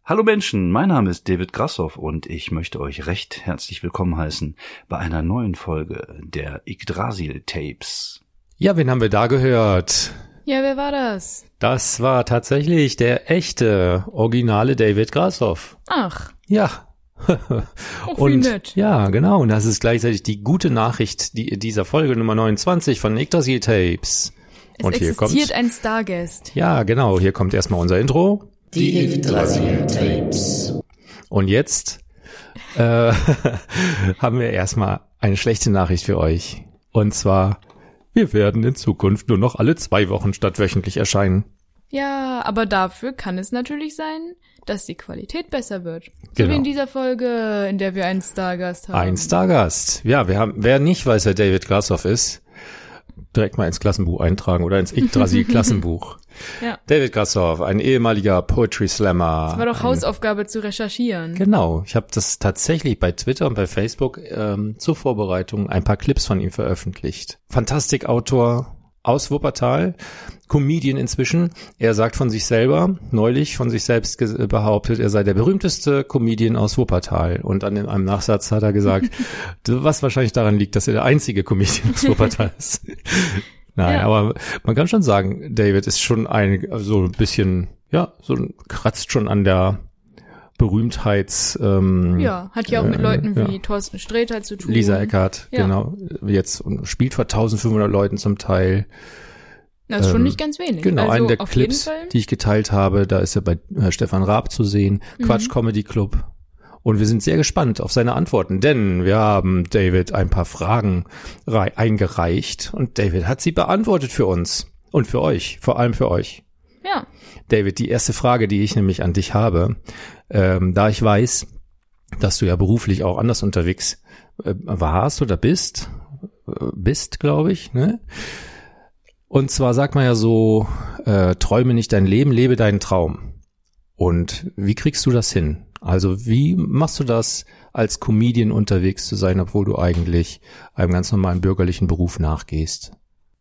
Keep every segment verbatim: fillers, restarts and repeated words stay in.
Hallo Menschen, mein Name ist David Grassoff und ich möchte euch recht herzlich willkommen heißen bei einer neuen Folge der Yggdrasil Tapes. Ja, wen haben wir da gehört? Ja, wer war das? Das war tatsächlich der echte, originale David Grassoff. Ach. Ja. Oh, und wie nett. Ja, genau. Und das ist gleichzeitig die gute Nachricht die, dieser Folge Nummer neunundzwanzig von Yggdrasil Tapes. Es und hier existiert kommt, ein Starguest. Ja, genau. Hier kommt erstmal unser Intro. Die Yggdrasil Tapes. Und jetzt äh, haben wir erstmal eine schlechte Nachricht für euch. Und zwar, wir werden in Zukunft nur noch alle zwei Wochen statt wöchentlich erscheinen. Ja, aber dafür kann es natürlich sein, dass die Qualität besser wird. So Genau. wie in dieser Folge, in der wir einen Stargast haben. Ein Stargast. Ja, wir haben, wer nicht weiß, wer David Grassoff ist, direkt mal ins Klassenbuch eintragen oder ins Yggdrasil Klassenbuch. Ja. David Grassoff, ein ehemaliger Poetry Slammer. Das war doch ein, Hausaufgabe zu recherchieren. Genau. Ich habe das tatsächlich bei Twitter und bei Facebook ähm, zur Vorbereitung ein paar Clips von ihm veröffentlicht. Fantastikautor aus Wuppertal, Comedian inzwischen. Er sagt von sich selber, neulich von sich selbst ge- behauptet, er sei der berühmteste Comedian aus Wuppertal. Und an einem Nachsatz hat er gesagt, was wahrscheinlich daran liegt, dass er der einzige Comedian aus Wuppertal ist. Nein, Ja. aber man kann schon sagen, David ist schon ein, so ein bisschen, ja, so kratzt schon an der Berühmtheits, ähm, Ja, hat ja auch mit äh, Leuten wie ja. Thorsten Sträter zu tun. Lisa Eckhardt, Ja. genau, jetzt und spielt vor eintausendfünfhundert Leuten zum Teil. Das ist schon ähm, nicht ganz wenig. Genau, also einen der auf Clips, jeden Fall. die ich geteilt habe, da ist er bei äh, Stefan Raab zu sehen, Mhm. Quatsch Comedy Club. Und wir sind sehr gespannt auf seine Antworten, denn wir haben David ein paar Fragen rei- eingereicht und David hat sie beantwortet für uns und für euch, vor allem für euch. Ja. David, die erste Frage, die ich nämlich an dich habe, ähm, da ich weiß, dass du ja beruflich auch anders unterwegs äh, warst oder bist, äh, bist, glaube ich, ne? Und zwar sagt man ja so, äh, träume nicht dein Leben, lebe deinen Traum. Und wie kriegst du das hin? Also wie machst du das, als Comedian unterwegs zu sein, obwohl du eigentlich einem ganz normalen bürgerlichen Beruf nachgehst?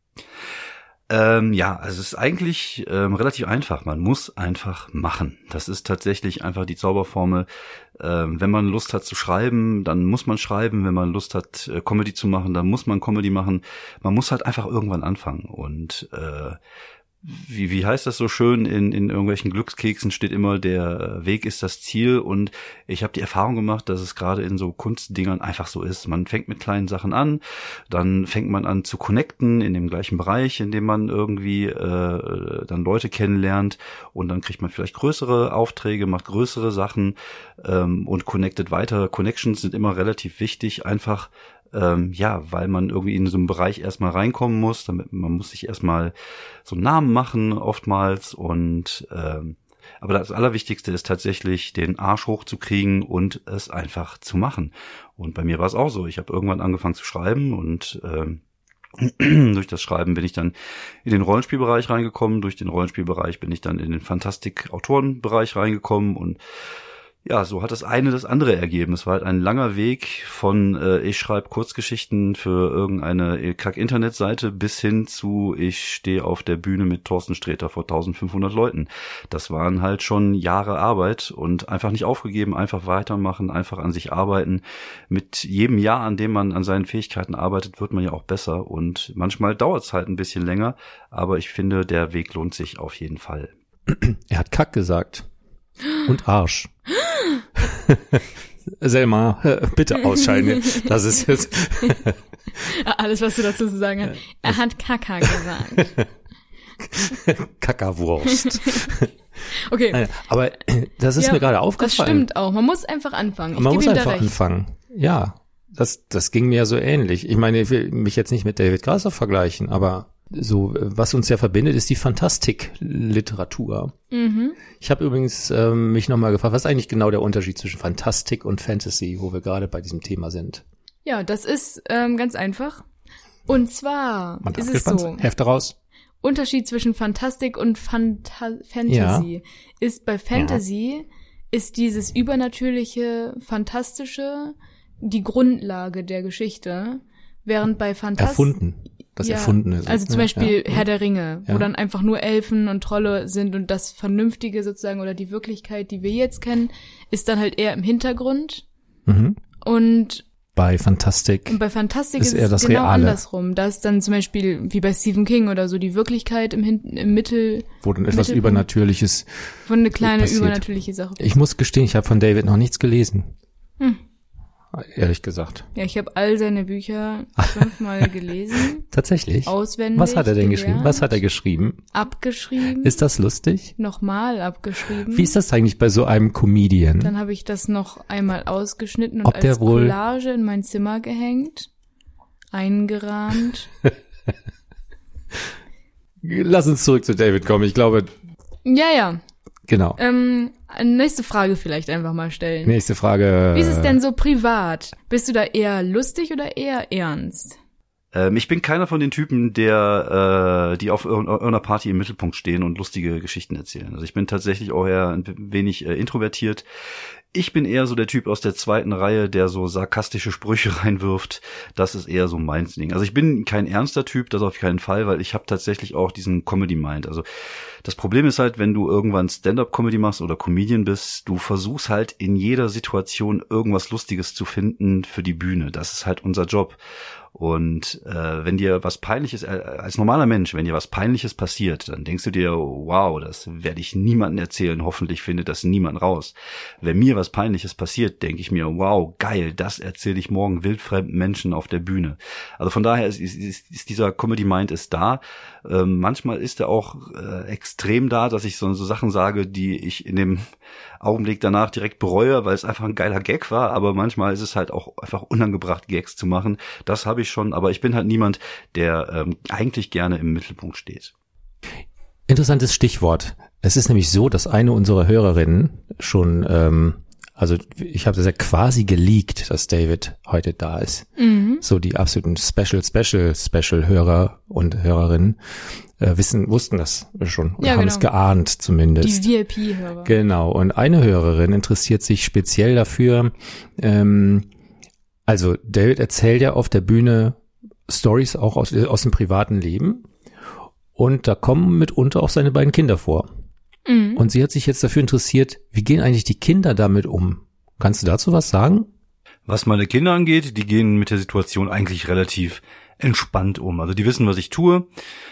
Ähm, ja, also es ist eigentlich ähm, relativ einfach. Man muss einfach machen. Das ist tatsächlich einfach die Zauberformel. Ähm, wenn man Lust hat zu schreiben, dann muss man schreiben. Wenn man Lust hat, äh, Comedy zu machen, dann muss man Comedy machen. Man muss halt einfach irgendwann anfangen. Und äh, wie wie heißt das so schön, in in irgendwelchen Glückskeksen steht immer, der Weg ist das Ziel, und ich habe die Erfahrung gemacht, dass es gerade in so Kunstdingern einfach so ist. Man fängt mit kleinen Sachen an, dann fängt man an zu connecten in dem gleichen Bereich, in dem man irgendwie äh, dann Leute kennenlernt, und dann kriegt man vielleicht größere Aufträge, macht größere Sachen ähm, und connectet weiter. Connections sind immer relativ wichtig, einfach Ähm, ja, weil man irgendwie in so einen Bereich erstmal reinkommen muss, damit man muss sich erstmal so einen Namen machen oftmals, und ähm, aber das Allerwichtigste ist tatsächlich, den Arsch hochzukriegen und es einfach zu machen. Und bei mir war es auch so. Ich habe irgendwann angefangen zu schreiben, und ähm, durch das Schreiben bin ich dann in den Rollenspielbereich reingekommen. Durch den Rollenspielbereich bin ich dann in den Fantastik-Autorenbereich reingekommen, und ja, so hat das eine das andere ergeben. Es war halt ein langer Weg von äh, ich schreibe Kurzgeschichten für irgendeine Kack-Internetseite bis hin zu ich stehe auf der Bühne mit Thorsten Sträter vor eintausendfünfhundert Leuten. Das waren halt schon Jahre Arbeit, und einfach nicht aufgegeben, einfach weitermachen, einfach an sich arbeiten. Mit jedem Jahr, an dem man an seinen Fähigkeiten arbeitet, wird man ja auch besser, und manchmal dauert es halt ein bisschen länger, aber ich finde, der Weg lohnt sich auf jeden Fall. Er hat Kack gesagt. Und Arsch. Selma, bitte ausschalten. Das ist jetzt Alles, was du dazu zu sagen hast. Er hat Kaka gesagt. Kackerwurst. Okay. Nein, aber das ist Ja, mir gerade Das aufgefallen. stimmt auch. Man muss einfach anfangen. Ich Man gebe muss ihm da einfach recht. anfangen. Ja, das, das ging mir so ähnlich. Ich meine, ich will mich jetzt nicht mit David Grassoff vergleichen, aber so, was uns ja verbindet, ist die Fantastik-Literatur. Mhm. Ich habe übrigens ähm, mich nochmal gefragt, was ist eigentlich genau der Unterschied zwischen Fantastik und Fantasy, wo wir gerade bei diesem Thema sind? Ja, das ist ähm, ganz einfach. Und zwar Man darf ist es gespannt so, sein. Hefte raus. Unterschied zwischen Fantastik und Phanta- Fantasy ist bei Fantasy ist dieses übernatürliche, fantastische die Grundlage der Geschichte, während bei Fantastik Erfunden. das ja, Erfundene ist. Also zum ne? Beispiel ja. Herr der Ringe, ja. wo dann einfach nur Elfen und Trolle sind und das Vernünftige sozusagen oder die Wirklichkeit, die wir jetzt kennen, ist dann halt eher im Hintergrund. Mhm. Und bei Fantastik Und bei Fantastik ist ist, eher es das genau Reale. andersrum. Da ist dann zum Beispiel wie bei Stephen King oder so die Wirklichkeit im, Hin im Mittel. wo dann etwas Mittelpunkt. Übernatürliches Von eine kleine passiert. übernatürliche Sache. Ich muss gestehen, ich habe von David noch nichts gelesen. Hm. Ehrlich gesagt. Ja, ich habe all seine Bücher fünfmal gelesen. Tatsächlich? Auswendig. Was hat er denn gelernt, geschrieben? Was hat er geschrieben? Abgeschrieben. Ist das lustig? Nochmal abgeschrieben. Wie ist das eigentlich bei so einem Comedian? Dann habe ich das noch einmal ausgeschnitten und Ob der als wohl- Collage in mein Zimmer gehängt. Eingerahmt. Lass uns zurück zu David kommen. Ich glaube, Ja, ja. genau. Ähm, nächste Frage vielleicht einfach mal stellen. Nächste Frage. Wie ist es denn so privat? Bist du da eher lustig oder eher ernst? Ähm, ich bin keiner von den Typen, der, äh, die auf ir- irgendeiner Party im Mittelpunkt stehen und lustige Geschichten erzählen. Also ich bin tatsächlich auch eher ein wenig äh, introvertiert. Ich bin eher so der Typ aus der zweiten Reihe, der so sarkastische Sprüche reinwirft. Das ist eher so mein Ding. Also ich bin kein ernster Typ, das auf keinen Fall, weil ich habe tatsächlich auch diesen Comedy-Mind. Also das Problem ist halt, wenn du irgendwann Stand-up-Comedy machst oder Comedian bist, du versuchst halt in jeder Situation irgendwas Lustiges zu finden für die Bühne. Das ist halt unser Job. Und äh, wenn dir was Peinliches, äh, als normaler Mensch, wenn dir was Peinliches passiert, dann denkst du dir, wow, das werde ich niemandem erzählen, hoffentlich findet das niemand raus. Wenn mir was Peinliches passiert, denke ich mir, wow, geil, das erzähle ich morgen wildfremden Menschen auf der Bühne. Also von daher ist, ist, ist dieser Comedy-Mind ist da. Ähm, manchmal ist er auch äh, extrem da, dass ich so, so Sachen sage, die ich in dem Augenblick danach direkt bereue, weil es einfach ein geiler Gag war, aber manchmal ist es halt auch einfach unangebracht, Gags zu machen. Das habe ich schon, aber ich bin halt niemand, der ähm, eigentlich gerne im Mittelpunkt steht. Interessantes Stichwort. Es ist nämlich so, dass eine unserer Hörerinnen schon, ähm, also ich habe das ja quasi geleakt, dass David heute da ist. Mhm. So die absoluten Special, Special, Special Hörer und Hörerinnen äh, wissen, wussten das schon oder Ja, haben genau. es geahnt zumindest. Die V I P-Hörer. Genau, und eine Hörerin interessiert sich speziell dafür, ähm, also David erzählt ja auf der Bühne Stories auch aus, aus dem privaten Leben und da kommen mitunter auch seine beiden Kinder vor. Mhm. Und sie hat sich jetzt dafür interessiert, wie gehen eigentlich die Kinder damit um? Kannst du dazu was sagen? Was meine Kinder angeht, die gehen mit der Situation eigentlich relativ entspannt um. Also die wissen, was ich tue.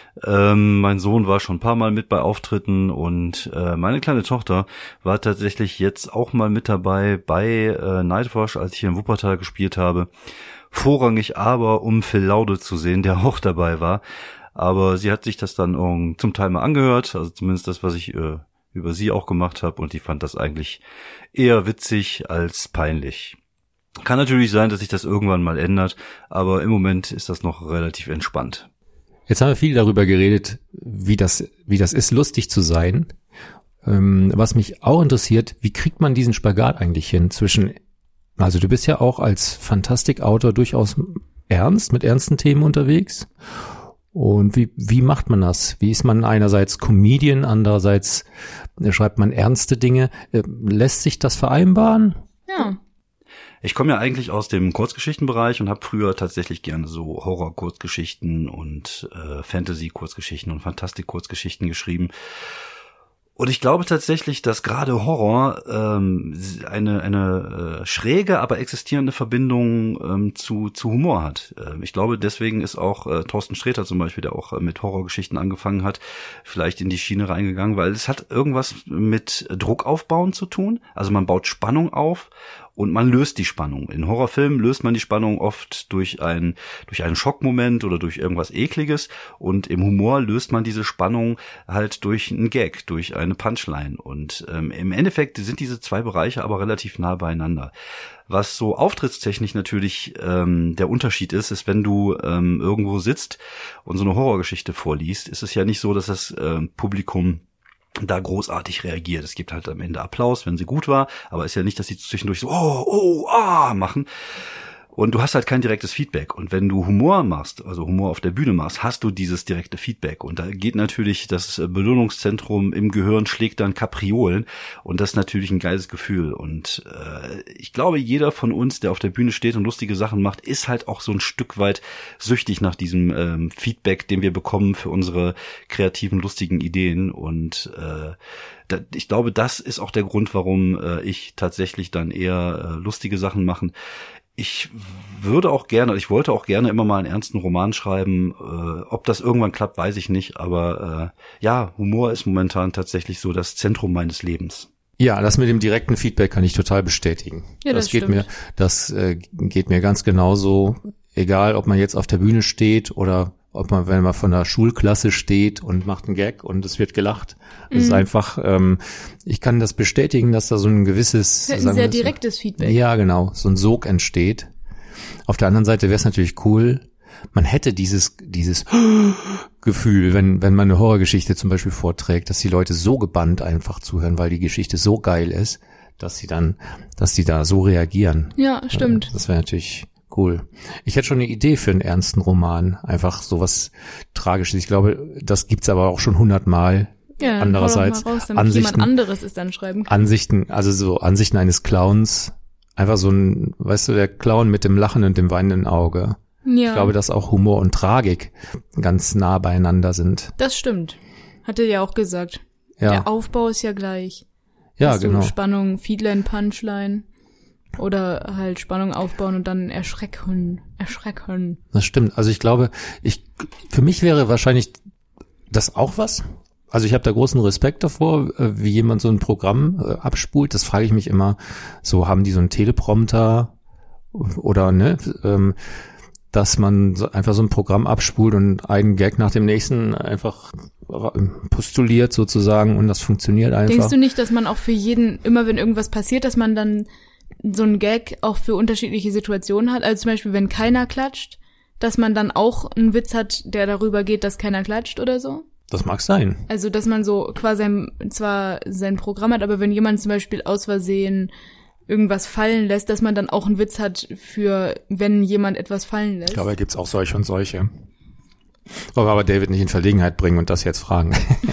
Ähm, mein Sohn war schon ein paar Mal mit bei Auftritten und äh, meine kleine Tochter war tatsächlich jetzt auch mal mit dabei bei äh, Nightwash, als ich hier in Wuppertal gespielt habe. Vorrangig aber, um Phil Laude zu sehen, der auch dabei war. Aber sie hat sich das dann um, zum Teil mal angehört, also zumindest das, was ich äh, über sie auch gemacht habe, und die fand das eigentlich eher witzig als peinlich. Kann natürlich sein, dass sich das irgendwann mal ändert, aber im Moment ist das noch relativ entspannt. Jetzt haben wir viel darüber geredet, wie das, wie das ist, lustig zu sein. Ähm, was mich auch interessiert, wie kriegt man diesen Spagat eigentlich hin zwischen, also du bist ja auch als Fantastikautor durchaus ernst, mit ernsten Themen unterwegs. Und wie, wie macht man das? Wie ist man einerseits Comedian, andererseits schreibt man ernste Dinge? Äh, lässt sich das vereinbaren? Ja. Ich komme ja eigentlich aus dem Kurzgeschichtenbereich und habe früher tatsächlich gerne so Horror-Kurzgeschichten und äh, Fantasy-Kurzgeschichten und Fantastik-Kurzgeschichten geschrieben. Und ich glaube tatsächlich, dass gerade Horror ähm, eine eine äh, schräge, aber existierende Verbindung ähm, zu zu Humor hat. Ähm, ich glaube, deswegen ist auch äh, Thorsten Sträter zum Beispiel, der auch äh, mit Horrorgeschichten angefangen hat, vielleicht in die Schiene reingegangen, weil es hat irgendwas mit Druck aufbauen zu tun. Also man baut Spannung auf und man löst die Spannung. In Horrorfilmen löst man die Spannung oft durch ein durch einen Schockmoment oder durch irgendwas Ekliges, und im Humor löst man diese Spannung halt durch einen Gag, durch eine Punchline. Und ähm, im Endeffekt sind diese zwei Bereiche aber relativ nah beieinander. Was so auftrittstechnisch natürlich ähm, der Unterschied ist, ist, wenn du ähm, irgendwo sitzt und so eine Horrorgeschichte vorliest, ist es ja nicht so, dass das ähm, Publikum da großartig reagiert. Es gibt halt am Ende Applaus, wenn sie gut war, aber ist ja nicht, dass sie zwischendurch so oh, oh, ah machen. Und du hast halt kein direktes Feedback. Und wenn du Humor machst, also Humor auf der Bühne machst, hast du dieses direkte Feedback. Und da geht natürlich das Belohnungszentrum im Gehirn schlägt dann Kapriolen. Und das ist natürlich ein geiles Gefühl. Und äh, ich glaube, jeder von uns, der auf der Bühne steht und lustige Sachen macht, ist halt auch so ein Stück weit süchtig nach diesem ähm, Feedback, den wir bekommen für unsere kreativen, lustigen Ideen. Und äh, da, ich glaube, das ist auch der Grund, warum äh, ich tatsächlich dann eher äh, lustige Sachen mache. Ich würde auch gerne, ich wollte auch gerne immer mal einen ernsten Roman schreiben. Äh, ob das irgendwann klappt, weiß ich nicht. Aber äh, ja, Humor ist momentan tatsächlich so das Zentrum meines Lebens. Ja, das mit dem direkten Feedback kann ich total bestätigen. Ja, das, das geht stimmt. mir, das äh, geht mir ganz genauso. Egal, ob man jetzt auf der Bühne steht oder ob man, wenn man von der Schulklasse steht und macht einen Gag und es wird gelacht. Es ist Mhm. einfach, ähm, ich kann das bestätigen, dass da so ein gewisses, Ein sagen sehr wir so- direktes Feedback. Ja, genau, so ein Sog entsteht. Auf der anderen Seite wäre es natürlich cool, man hätte dieses dieses Gefühl, wenn wenn man eine Horrorgeschichte zum Beispiel vorträgt, dass die Leute so gebannt einfach zuhören, weil die Geschichte so geil ist, dass sie dann, dass sie da so reagieren. Ja, stimmt. Das wäre natürlich cool. Ich hätte schon eine Idee für einen ernsten Roman, einfach sowas Tragisches. Ich glaube, das gibt's aber auch schon hundertmal. Ja, Andererseits hau doch mal raus, damit Ansichten- jemand anderes es dann schreiben kann. Ansichten, also so Ansichten eines Clowns, einfach so ein, weißt du, der Clown mit dem Lachen und dem weinenden Auge. Ja, Ich glaube, dass auch Humor und Tragik ganz nah beieinander sind. das stimmt. Hat er ja auch gesagt. Ja, Der Aufbau ist ja gleich. ja, Hast du genau. Spannung, Feedline, Punchline. Oder halt Spannung aufbauen und dann erschrecken. Erschrecken. Das stimmt. Also ich glaube, ich, für mich wäre wahrscheinlich das auch was. Also ich habe da großen Respekt davor, äh, wie jemand so ein Programm äh, abspult. Das frage ich mich immer. So, haben die so einen Teleprompter oder ne, ähm, dass man so einfach so ein Programm abspult und einen Gag nach dem nächsten einfach postuliert sozusagen und das funktioniert einfach. Denkst du nicht, dass man auch für jeden, immer wenn irgendwas passiert, dass man dann so einen Gag auch für unterschiedliche Situationen hat? Also zum Beispiel, wenn keiner klatscht, dass man dann auch einen Witz hat, der darüber geht, dass keiner klatscht oder so? Das mag sein. Also, dass man so quasi sein, zwar sein Programm hat, aber wenn jemand zum Beispiel aus Versehen irgendwas fallen lässt, dass man dann auch einen Witz hat für, wenn jemand etwas fallen lässt. Ich glaube, da gibt's auch solche und solche. Wollen wir aber David nicht in Verlegenheit bringen und das jetzt fragen.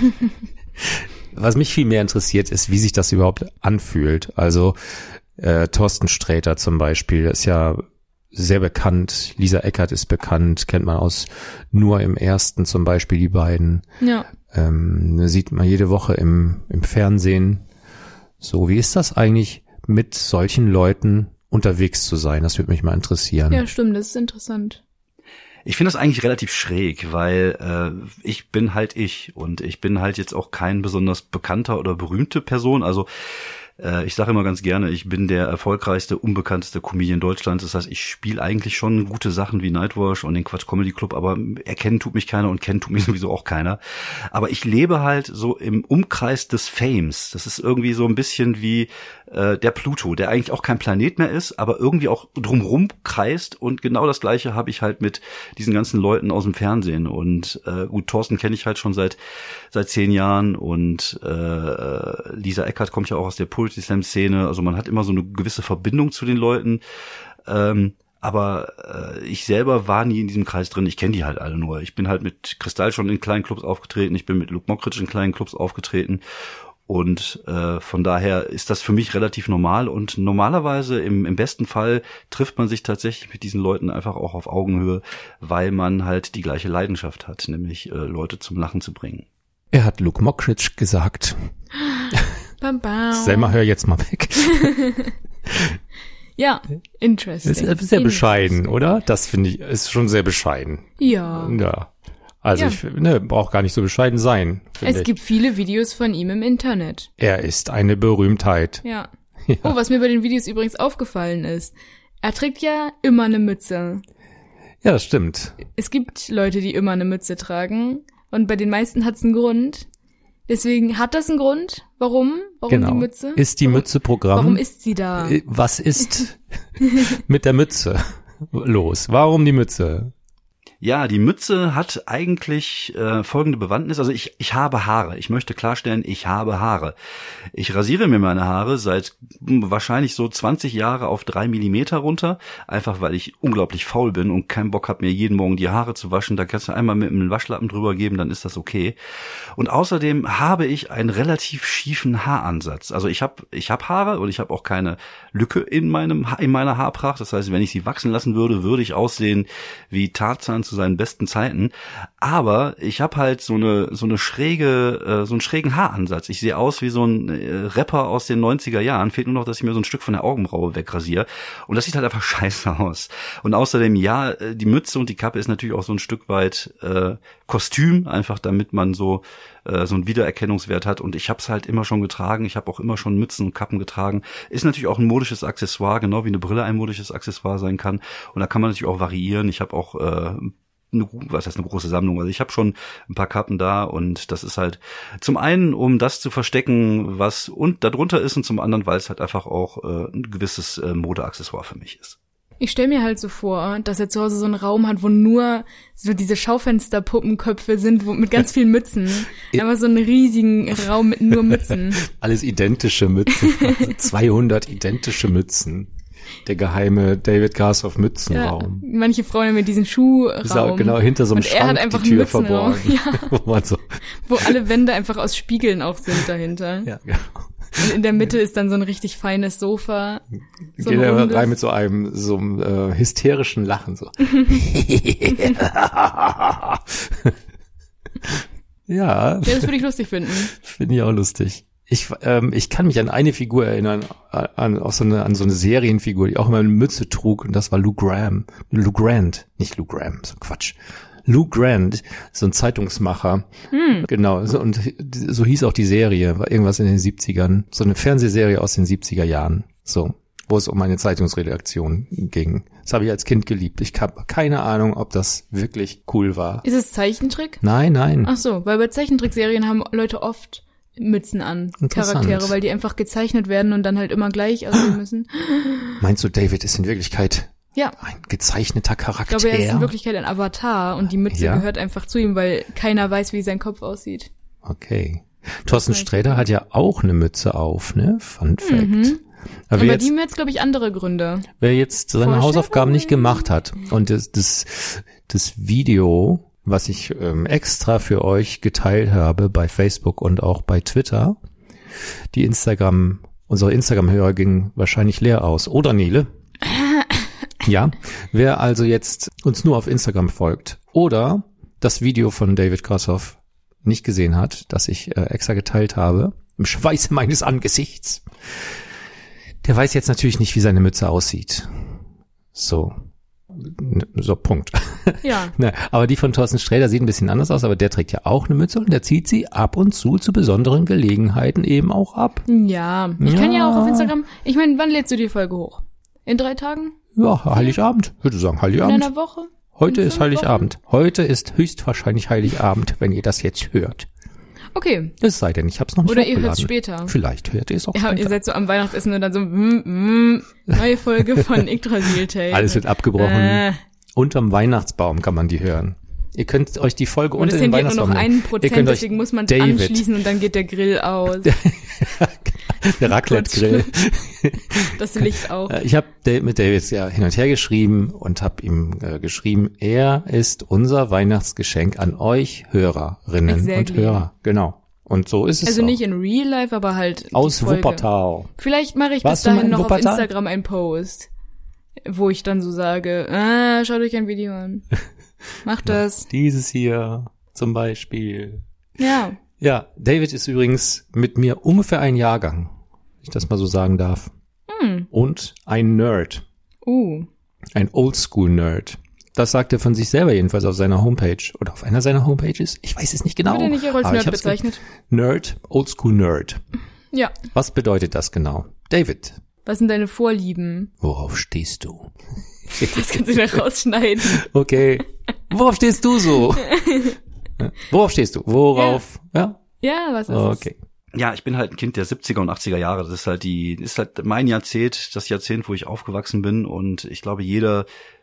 Was mich viel mehr interessiert, ist, wie sich das überhaupt anfühlt. Also äh, Thorsten Sträter zum Beispiel ist ja sehr bekannt. Lisa Eckert ist bekannt, kennt man aus Nur im Ersten zum Beispiel, die beiden. Ja. Ähm, sieht man jede Woche im, im Fernsehen. So, wie ist das eigentlich, mit solchen Leuten unterwegs zu sein? Das würde mich mal interessieren. Ja, stimmt, das ist interessant. Ich finde das eigentlich relativ schräg, weil äh, ich bin halt ich und ich bin halt jetzt auch kein besonders bekannter oder berühmte Person. Also äh, ich sage immer ganz gerne, ich bin der erfolgreichste, unbekannteste Comedian Deutschlands. Das heißt, ich spiele eigentlich schon gute Sachen wie Nightwash und den Quatsch Comedy Club, aber erkennen tut mich keiner und kennen tut mich sowieso auch keiner. Aber ich lebe halt so im Umkreis des Fames. Das ist irgendwie so ein bisschen wie äh, der Pluto, der eigentlich auch kein Planet mehr ist, aber irgendwie auch drumrum kreist. Und genau das Gleiche habe ich halt mit diesen ganzen Leuten aus dem Fernsehen. Und äh, gut, Thorsten kenne ich halt schon seit seit zehn Jahren und äh, Lisa Eckert kommt ja auch aus der Poetry Slam Szene. Also man hat immer so eine gewisse Verbindung zu den Leuten. Ähm, aber äh, ich selber war nie in diesem Kreis drin. Ich kenne die halt alle nur. Ich bin halt mit Kristall schon in kleinen Clubs aufgetreten. Ich bin mit Luke Mockridge in kleinen Clubs aufgetreten. Und äh, von daher ist das für mich relativ normal. Und normalerweise, im, im besten Fall, trifft man sich tatsächlich mit diesen Leuten einfach auch auf Augenhöhe, weil man halt die gleiche Leidenschaft hat, nämlich äh, Leute zum Lachen zu bringen. Er hat Luke Mockridge gesagt. Bam, bam. Selma, hör jetzt mal weg. Ja, interesting. Ist sehr, sehr bescheiden, oder? Das finde ich, ist schon sehr bescheiden. Ja. Ja. Also Ja. ich ne, braucht gar nicht so bescheiden sein. Es Ich. gibt viele Videos von ihm im Internet. Er ist eine Berühmtheit. Ja. Ja. Oh, was mir bei den Videos übrigens aufgefallen ist. Er trägt ja immer eine Mütze. Ja, das stimmt. Es gibt Leute, die immer eine Mütze tragen. Und bei den meisten hat's einen Grund. Deswegen hat das einen Grund. Warum? Warum Genau. die Mütze? Ist die warum, Mütze Programm? Warum ist sie da? Äh, Was ist mit der Mütze los? Warum die Mütze? Ja, die Mütze hat eigentlich äh, folgende Bewandtnis. Also ich ich habe Haare. Ich möchte klarstellen, ich habe Haare. Ich rasiere mir meine Haare seit mh, wahrscheinlich so zwanzig Jahre auf drei Millimeter runter. Einfach, weil ich unglaublich faul bin und keinen Bock habe, mir jeden Morgen die Haare zu waschen. Da kannst du einmal mit einem Waschlappen drüber geben, dann ist das okay. Und außerdem habe ich einen relativ schiefen Haaransatz. Also ich habe ich habe Haare und ich habe auch keine Lücke in meinem in meiner Haarpracht. Das heißt, wenn ich sie wachsen lassen würde, würde ich aussehen wie Tarzan zu seinen besten Zeiten. Aber ich habe halt so eine so eine schräge äh, so einen schrägen Haaransatz. Ich sehe aus wie so ein äh, Rapper aus den neunziger Jahren. Fehlt nur noch, dass ich mir so ein Stück von der Augenbraue wegrasiere. Und das sieht halt einfach scheiße aus. Und außerdem, ja, die Mütze und die Kappe ist natürlich auch so ein Stück weit äh, Kostüm, einfach damit man so äh, so einen Wiedererkennungswert hat. Und ich habe es halt immer schon getragen. Ich habe auch immer schon Mützen und Kappen getragen. Ist natürlich auch ein modisches Accessoire, genau wie eine Brille ein modisches Accessoire sein kann. Und da kann man natürlich auch variieren. Ich habe auch äh, eine, was heißt eine große Sammlung. Also ich habe schon ein paar Kappen da und das ist halt zum einen, um das zu verstecken, was und darunter ist, und zum anderen, weil es halt einfach auch äh, ein gewisses äh, Modeaccessoire für mich ist. Ich stelle mir halt so vor, dass er zu Hause so einen Raum hat, wo nur so diese Schaufensterpuppenköpfe sind, wo mit ganz vielen Mützen. Einfach so einen riesigen Raum mit nur Mützen. Alles identische Mützen. Also zweihundert identische Mützen. Der geheime David Grashoff Mützenraum. Ja, manche Frauen haben mit diesen Schuhraum. Genau, hinter so einem und Schrank er hat einfach die Tür einen Mützenraum. verborgen. Ja. wo, man so wo alle Wände einfach aus Spiegeln auch sind dahinter. Ja, genau. Und in der Mitte ist dann so ein richtig feines Sofa. So Geht er rundes. rein mit so einem so einem äh, hysterischen Lachen so. Ja. Ja, das würde ich lustig finden. Finde ich auch lustig. Ich, ähm, ich kann mich an eine Figur erinnern, an, auch so eine, an so eine Serienfigur, die auch immer eine Mütze trug, und das war Lou Graham. Lou Grant, nicht Lou Graham, so Quatsch. Lou Grant, so ein Zeitungsmacher. Hm. Genau, so, und so hieß auch die Serie, war irgendwas in den siebzigern, so eine Fernsehserie aus den siebziger Jahren, so, wo es um eine Zeitungsredaktion ging. Das habe ich als Kind geliebt. Ich habe keine Ahnung, ob das wirklich cool war. Ist es Zeichentrick? Nein, nein. Ach so, weil bei Zeichentrickserien haben Leute oft Mützen an, Charaktere, weil die einfach gezeichnet werden und dann halt immer gleich aussehen müssen. Meinst du, David ist in Wirklichkeit ja. ein gezeichneter Charakter? Ich glaube, er ist in Wirklichkeit ein Avatar und die Mütze ja. gehört einfach zu ihm, weil keiner weiß, wie sein Kopf aussieht. Okay. Thorsten Sträter hat ja auch eine Mütze auf, ne? Fun Fact. Mhm. Aber, Aber jetzt, die haben jetzt, glaube ich, andere Gründe. Wer jetzt seine Hausaufgaben nicht gemacht hat und das, das, das Video, was ich ähm, extra für euch geteilt habe bei Facebook und auch bei Twitter, die Instagram, unsere Instagram-Hörer gingen wahrscheinlich leer aus. Oder, Nele? Ja, wer also jetzt uns nur auf Instagram folgt oder das Video von David Grashoff nicht gesehen hat, das ich äh, extra geteilt habe, im Schweiße meines Angesichts, der weiß jetzt natürlich nicht, wie seine Mütze aussieht. So. So, Punkt. Ja. Na, aber die von Thorsten Sträter sieht ein bisschen anders aus, aber der trägt ja auch eine Mütze und der zieht sie ab und zu zu besonderen Gelegenheiten eben auch ab. Ja, ich ja. kann ja auch auf Instagram, ich meine, wann lädst du die Folge hoch? In drei Tagen? Ja, Heiligabend. Ich würde sagen Heiligabend. In einer Woche? Heute In ist Heiligabend. Wochen? Heute ist höchstwahrscheinlich Heiligabend, wenn ihr das jetzt hört. Okay. Es sei denn, ich hab's noch nicht Oder ihr hört es später. Vielleicht hört ihr es auch ja, später. Ihr seid so am Weihnachtsessen und dann so, mm, mm, neue Folge von Yggdrasil-Tape. Alles wird abgebrochen. Äh. Unterm Weihnachtsbaum kann man die hören. Ihr könnt euch die Folge und unter den Weihnachtsbaum nur noch einen Prozent, deswegen muss man anschließen und dann geht der Grill aus. Der Raclette-Grill. Das Licht auch. Ich habe mit David ja hin und her geschrieben und habe ihm äh, geschrieben, er ist unser Weihnachtsgeschenk an euch Hörerinnen exactly. und Hörer. Genau. Und so ist es Also auch. nicht in Real Life, aber halt aus Wuppertal. Vielleicht mache ich Warst bis dahin noch Wuppertal? auf Instagram einen Post, wo ich dann so sage, ah, schaut euch ein Video an. Macht das. Ja, dieses hier zum Beispiel. Ja. Ja, David ist übrigens mit mir ungefähr ein Jahrgang, wenn ich das mal so sagen darf. Hm. Und ein Nerd. Uh. Ein Oldschool-Nerd. Das sagt er von sich selber jedenfalls auf seiner Homepage. Oder auf einer seiner Homepages. Ich weiß es nicht genau. Wird er nicht als Nerd bezeichnet? Nerd, Oldschool-Nerd. Ja. Was bedeutet das genau? David. Was sind deine Vorlieben? Worauf stehst du? Das kannst du wieder rausschneiden. Okay. Worauf stehst du so? Worauf stehst du? Worauf? Ja? Ja, ja was ist okay. es? Ja, ich bin halt ein Kind der siebziger und achtziger Jahre. Das ist halt die, ist halt mein Jahrzehnt, das Jahrzehnt, wo ich aufgewachsen bin. Und ich glaube, jeder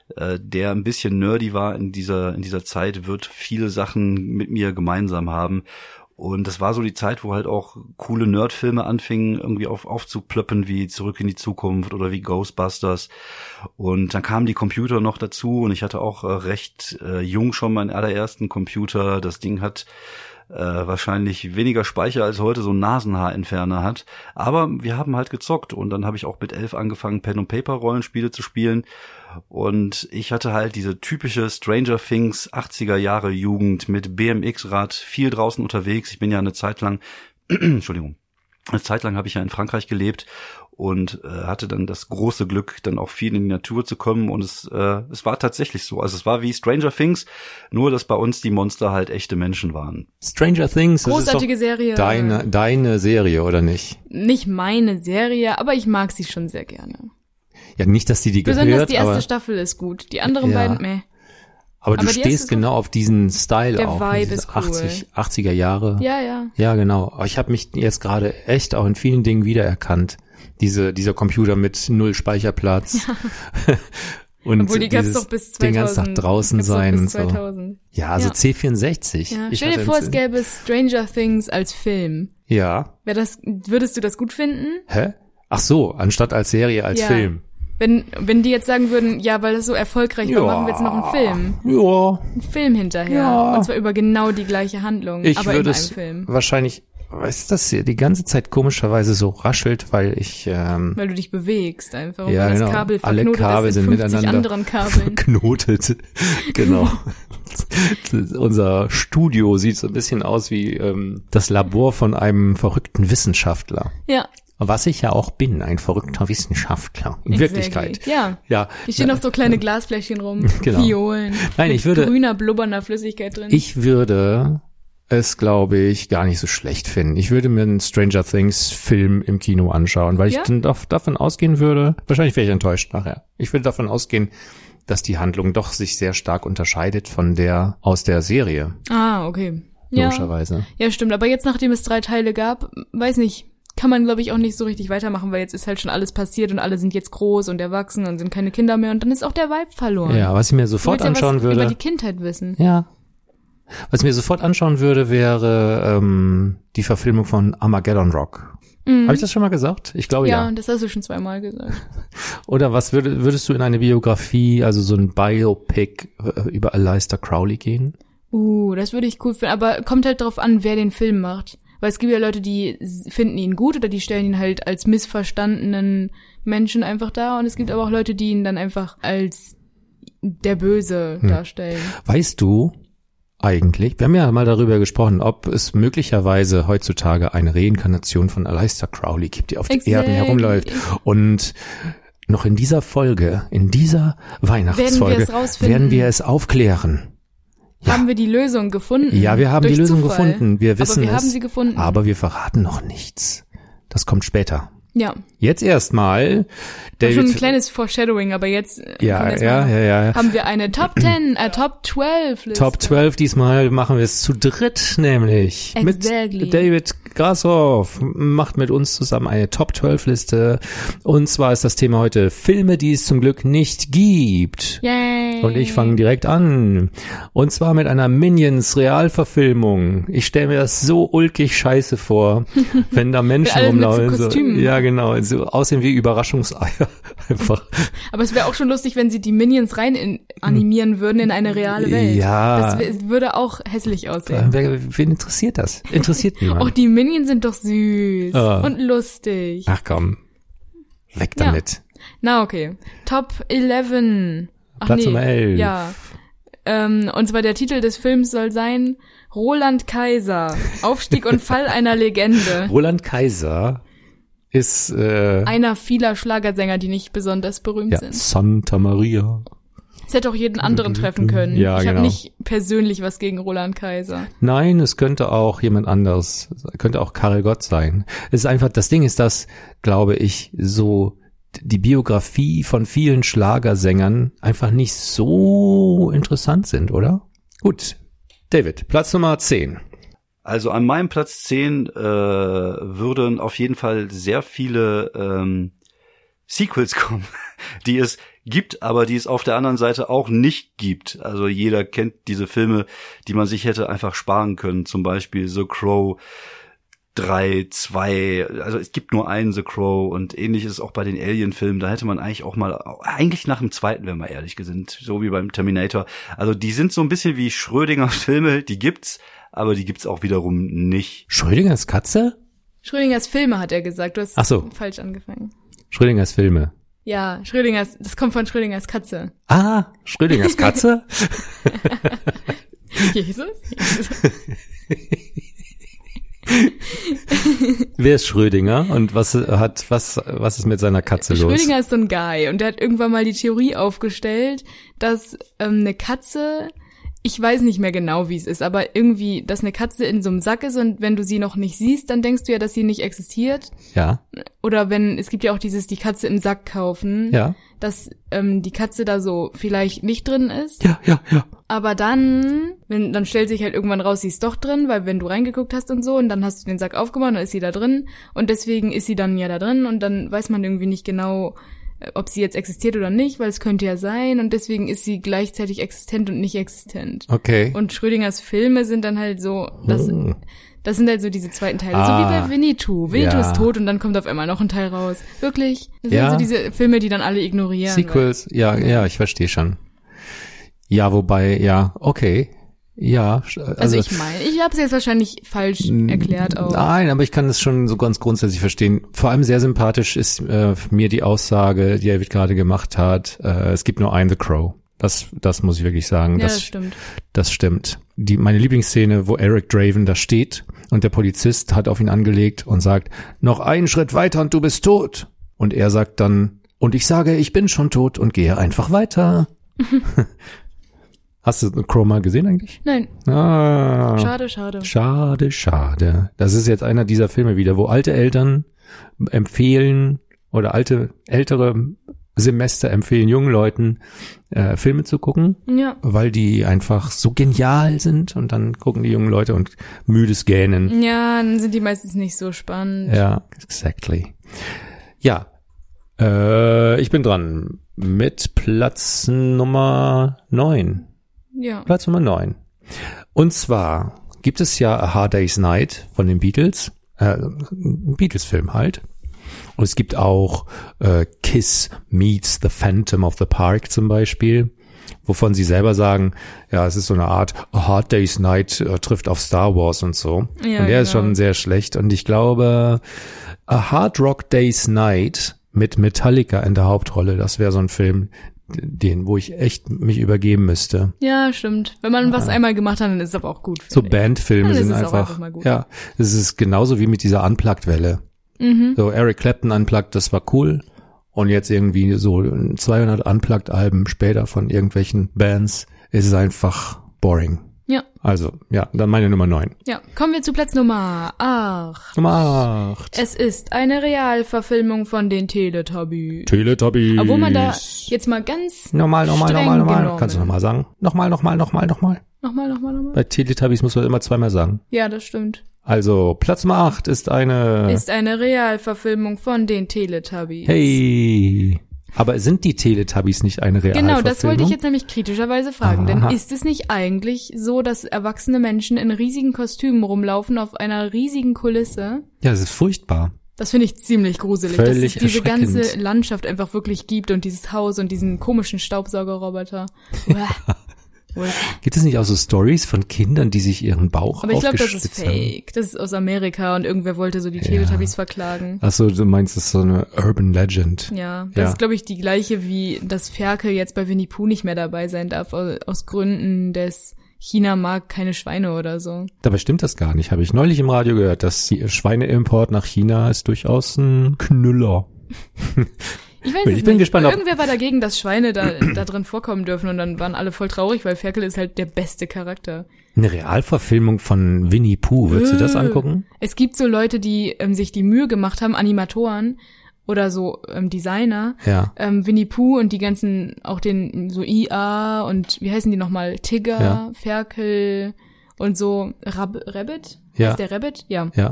äh, der ein bisschen nerdy war in dieser in dieser Zeit, wird viele Sachen mit mir gemeinsam haben. Und das war so die Zeit, wo halt auch coole Nerdfilme anfingen, irgendwie auf, aufzuplöppen, wie Zurück in die Zukunft oder wie Ghostbusters. Und dann kamen die Computer noch dazu und ich hatte auch äh, recht äh, jung schon meinen allerersten Computer. Das Ding hat äh, wahrscheinlich weniger Speicher als heute so ein Nasenhaarentferner hat. Aber wir haben halt gezockt und dann habe ich auch mit elf angefangen, Pen-and-Paper-Rollenspiele zu spielen. Und ich hatte halt diese typische Stranger Things achtziger Jahre Jugend mit B M X-Rad, viel draußen unterwegs. Ich bin ja eine Zeit lang, Entschuldigung, eine Zeit lang habe ich ja in Frankreich gelebt und äh, hatte dann das große Glück, dann auch viel in die Natur zu kommen. Und es äh, es war tatsächlich so. Also es war wie Stranger Things, nur dass bei uns die Monster halt echte Menschen waren. Stranger Things, das Großartige ist doch Serie. Deine, deine Serie, oder nicht? Nicht meine Serie, aber ich mag sie schon sehr gerne. Ja, nicht, dass die die Besonders gehört, die erste aber, Staffel ist gut. Die anderen Ja. beiden, meh. aber du aber die stehst erste genau auf diesen Style Der auch. Vibe diese ist cool. achtzig, achtziger Jahre. Ja, ja. Ja, genau. Aber ich habe mich jetzt gerade echt auch in vielen Dingen wiedererkannt. Diese, dieser Computer mit null Speicherplatz. Und Obwohl, die gab's dieses doch bis den ganzen Tag zweitausend. draußen Gab's doch sein bis und so. zweitausend. Ja, also Ja. C vierundsechzig. Ja. Ich Stell dir hatte vor, ins- es gäbe Stranger Things als Film. Ja. Wär das, würdest du das gut finden? Hä? Ach so, anstatt als Serie, als Ja. Film. Wenn, wenn die jetzt sagen würden, ja, weil das so erfolgreich war, Ja. machen wir jetzt noch einen Film. Ja. Einen Film hinterher. Ja. Und zwar über genau die gleiche Handlung, Ich aber in würde einem es Film. wahrscheinlich, weißt du, das hier die ganze Zeit komischerweise so raschelt, weil ich ähm, Weil du dich bewegst einfach. ja, weil genau. das Kabel Alle verknotet Kabel ist in sind fünfzig miteinander anderen Kabeln. verknotet. Genau. Unser Studio sieht so ein bisschen aus wie ähm, das Labor von einem verrückten Wissenschaftler. Ja. Was ich ja auch bin, ein verrückter Wissenschaftler. In exactly. Wirklichkeit. Ja. Ja. Hier stehen noch so kleine Glasfläschchen rum. Genau. Violen. Nein, mit ich würde- grüner, blubbernder Flüssigkeit drin. Ich würde es, glaube ich, gar nicht so schlecht finden. Ich würde mir einen Stranger Things Film im Kino anschauen, weil Ja? ich dann dav- davon ausgehen würde, wahrscheinlich wäre ich enttäuscht nachher. Ich würde davon ausgehen, dass die Handlung doch sich sehr stark unterscheidet von der aus der Serie, ah, okay. Ja. logischerweise. Ja, stimmt. Aber jetzt, nachdem es drei Teile gab, weiß nicht, kann man, glaube ich, auch nicht so richtig weitermachen, weil jetzt ist halt schon alles passiert und alle sind jetzt groß und erwachsen und sind keine Kinder mehr und dann ist auch der Vibe verloren. Ja, was ich mir Du sofort willst ja anschauen was würde. über die Kindheit wissen. Ja. Was ich mir sofort anschauen würde, wäre ähm, die Verfilmung von Armageddon Rock. Mhm. Habe ich das schon mal gesagt? Ich glaube ja. Ja, das hast du schon zweimal gesagt. Oder was würd, würdest du in eine Biografie, also so ein Biopic äh, über Aleister Crowley gehen? Uh, das würde ich cool finden. Aber kommt halt drauf an, wer den Film macht. Weil es gibt ja Leute, die s- finden ihn gut oder die stellen ihn halt als missverstandenen Menschen einfach dar. Und es gibt aber auch Leute, die ihn dann einfach als der Böse Hm. darstellen. Weißt du eigentlich, wir haben ja mal darüber gesprochen, ob es möglicherweise heutzutage eine Reinkarnation von Aleister Crowley gibt, die auf Exactly. den Erden herumläuft. Und noch in dieser Folge, in dieser Weihnachtsfolge, Werden wir es rausfinden? werden wir es aufklären. Ja. Haben wir die Lösung gefunden? Ja, wir haben Durch die Lösung Zufall. gefunden. Wir wissen aber wir es. haben sie gefunden. Aber wir verraten noch nichts. Das kommt später. Ja, Jetzt erstmal, war schon ein David. kleines Foreshadowing, aber jetzt, äh, Ja, kommt jetzt ja, mal, ja, ja. haben wir eine Top zehn, äh, Top zwölf Liste. Top zwölf, diesmal machen wir es zu dritt, nämlich Exactly. mit David Grashoff macht mit uns zusammen eine Top zwölf Liste. Und zwar ist das Thema heute Filme, die es zum Glück nicht gibt. Yay. Und ich fange direkt an. Und zwar mit einer Minions Realverfilmung. Ich stelle mir das so ulkig scheiße vor, wenn da Menschen alle mit so rumlaufen. So, Kostümen. ja, genau. So aussehen wie Überraschungseier. Einfach. Aber es wäre auch schon lustig, wenn sie die Minions rein in, animieren würden in eine reale Welt. Ja. Das w- würde auch hässlich aussehen. Wer, wen interessiert das? Interessiert niemand. Auch die Minions sind doch süß Ah. und lustig. Ach komm. Weg Ja. damit. Na okay. Top elf. Ach, Platz nee. Nummer elf. Ja. Ähm, und zwar der Titel des Films soll sein Roland Kaiser. Aufstieg und Fall einer Legende. Roland Kaiser ist äh, Einer vieler Schlagersänger, die nicht besonders berühmt ja, sind. Santa Maria. Es hätte auch jeden anderen treffen können. Ja, ich habe genau. nicht persönlich was gegen Roland Kaiser. Nein, es könnte auch jemand anderes, könnte auch Karel Gott sein. Es ist einfach, das Ding ist, dass, glaube ich, so die Biografie von vielen Schlagersängern einfach nicht so interessant sind, oder? Gut. David, Platz Nummer zehn. Also an meinem Platz zehn äh, würden auf jeden Fall sehr viele ähm, Sequels kommen. die es gibt, aber die es auf der anderen Seite auch nicht gibt. Also jeder kennt diese Filme, die man sich hätte einfach sparen können. Zum Beispiel The Crow drei, zwei, also es gibt nur einen The Crow und ähnlich ist es auch bei den Alien-Filmen. Da hätte man eigentlich auch mal, eigentlich nach dem zweiten, wenn wir ehrlich sind, so wie beim Terminator. Also die sind so ein bisschen wie Schrödingers Filme, die gibt's, aber die gibt's auch wiederum nicht. Schrödingers Katze? Schrödingers Filme hat er gesagt, du hast Ach so. falsch angefangen. Schrödingers Filme. Ja, Schrödingers, das kommt von Schrödingers Katze. Ah, Schrödingers Katze? Jesus? Jesus. Wer ist Schrödinger und was hat was was ist mit seiner Katze los? Schrödinger ist so ein Guy und der hat irgendwann mal die Theorie aufgestellt, dass ähm, eine Katze, ich weiß nicht mehr genau, wie es ist, aber irgendwie, dass eine Katze in so einem Sack ist und wenn du sie noch nicht siehst, dann denkst du ja, dass sie nicht existiert. Ja. Oder wenn, es gibt ja auch dieses, die Katze im Sack kaufen, Ja. dass ähm, die Katze da so vielleicht nicht drin ist. Ja, ja, ja. Aber dann, wenn, dann stellt sich halt irgendwann raus, sie ist doch drin, weil wenn du reingeguckt hast und so und dann hast du den Sack aufgemacht, dann ist sie da drin und deswegen ist sie dann ja da drin und dann weiß man irgendwie nicht genau, ob sie jetzt existiert oder nicht, weil es könnte ja sein und deswegen ist sie gleichzeitig existent und nicht existent. Okay. Und Schrödingers Filme sind dann halt so, das, Hm. das sind halt so diese zweiten Teile, Ah. so wie bei Winnetou. Winnetou Ja. ist tot und dann kommt auf einmal noch ein Teil raus. Wirklich? Das Ja. sind so diese Filme, die dann alle ignorieren. Sequels, ja, ja, ich verstehe schon. Ja, wobei, ja, okay. Ja, also, Also, ich meine, ich habe es jetzt wahrscheinlich falsch erklärt auch. Nein, aber ich kann das schon so ganz grundsätzlich verstehen. Vor allem sehr sympathisch ist äh, mir die Aussage, die David gerade gemacht hat, äh, es gibt nur einen The Crow. Das, das muss ich wirklich sagen. Ja, das, das stimmt. Das stimmt. Die, meine Lieblingsszene, wo Eric Draven da steht und der Polizist hat auf ihn angelegt und sagt, noch einen Schritt weiter und du bist tot. Und er sagt dann, und ich sage, ich bin schon tot und gehe einfach weiter. Hast du The Crow mal gesehen eigentlich? Nein, Ah. schade, schade. Schade, schade. Das ist jetzt einer dieser Filme wieder, wo alte Eltern empfehlen oder alte, ältere Semester empfehlen jungen Leuten, äh, Filme zu gucken, Ja. weil die einfach so genial sind und dann gucken die jungen Leute und müdes Gähnen. Ja, dann sind die meistens nicht so spannend. Ja, exactly. Ja, äh, ich bin dran mit Platz Nummer neun. Ja. Platz Nummer neun. Und zwar gibt es ja A Hard Day's Night von den Beatles, äh, ein Beatles-Film halt. Und es gibt auch äh, Kiss Meets the Phantom of the Park zum Beispiel, wovon sie selber sagen, ja, es ist so eine Art A Hard Day's Night äh, trifft auf Star Wars und so. Ja, und der ist genau. schon sehr schlecht. Und ich glaube, A Hard Rock Day's Night mit Metallica in der Hauptrolle, das wäre so ein Film, den, wo ich echt mich übergeben müsste. Ja, stimmt. Wenn man was einmal gemacht hat, dann ist es aber auch gut. So finde ich. Bandfilme Dann ist sind es auch einfach, einfach mal gut. ja, es ist genauso wie mit dieser Unplugged-Welle. Mhm. So Eric Clapton Unplugged, das war cool. Und jetzt irgendwie so zweihundert Unplugged-Alben später von irgendwelchen Bands ist es einfach boring. Ja. Also, ja, dann meine Nummer neun. Ja. Kommen wir zu Platz Nummer acht. Nummer acht. Es ist eine Realverfilmung von den Teletubbies. Teletubbies. Obwohl man da jetzt mal ganz Nochmal, nochmal, streng nochmal, nochmal. genommen- Kannst du nochmal sagen? Nochmal, nochmal, nochmal, nochmal. Nochmal, nochmal, nochmal. Bei Teletubbies muss man immer zweimal sagen. Ja, das stimmt. Also, Platz Nummer acht ist eine... Ist eine Realverfilmung von den Teletubbies. Hey. Aber sind die Teletubbies nicht eine Realverfilmung? Genau, das wollte ich jetzt nämlich kritischerweise fragen. Denn Aha. ist es nicht eigentlich so, dass erwachsene Menschen in riesigen Kostümen rumlaufen auf einer riesigen Kulisse? Ja, es ist furchtbar. Das finde ich ziemlich gruselig, Völlig dass es diese erschreckend. ganze Landschaft einfach wirklich gibt und dieses Haus und diesen komischen Staubsaugerroboter. Uah. Uah. Gibt es nicht auch so Stories von Kindern, die sich ihren Bauch Aber ich glaube, das ist aufgeschlitzt haben? fake. Das ist aus Amerika und irgendwer wollte so die Teletubbies verklagen. Ach so, du meinst, das ist so eine Urban Legend. Ja, das Ja. ist, glaube ich, die gleiche, wie dass Ferkel jetzt bei Winnie Pooh nicht mehr dabei sein darf, au- aus Gründen des China mag keine Schweine oder so. Dabei stimmt das gar nicht. Habe ich neulich im Radio gehört, dass die Schweineimport nach China ist durchaus ein Knüller. Ich weiß Ich es bin nicht. gespannt, ob- Irgendwer war dagegen, dass Schweine da, da drin vorkommen dürfen und dann waren alle voll traurig, weil Ferkel ist halt der beste Charakter. Eine Realverfilmung von Winnie Pooh, würdest du das Äh. angucken? Es gibt so Leute, die ähm, sich die Mühe gemacht haben, Animatoren oder so ähm, Designer, Ja. ähm, Winnie Pooh und die ganzen, auch den so I A und wie heißen die nochmal? Tigger, Ja. Ferkel und so Rab Rabbit? Ja. Ist der Rabbit? Ja. Ja.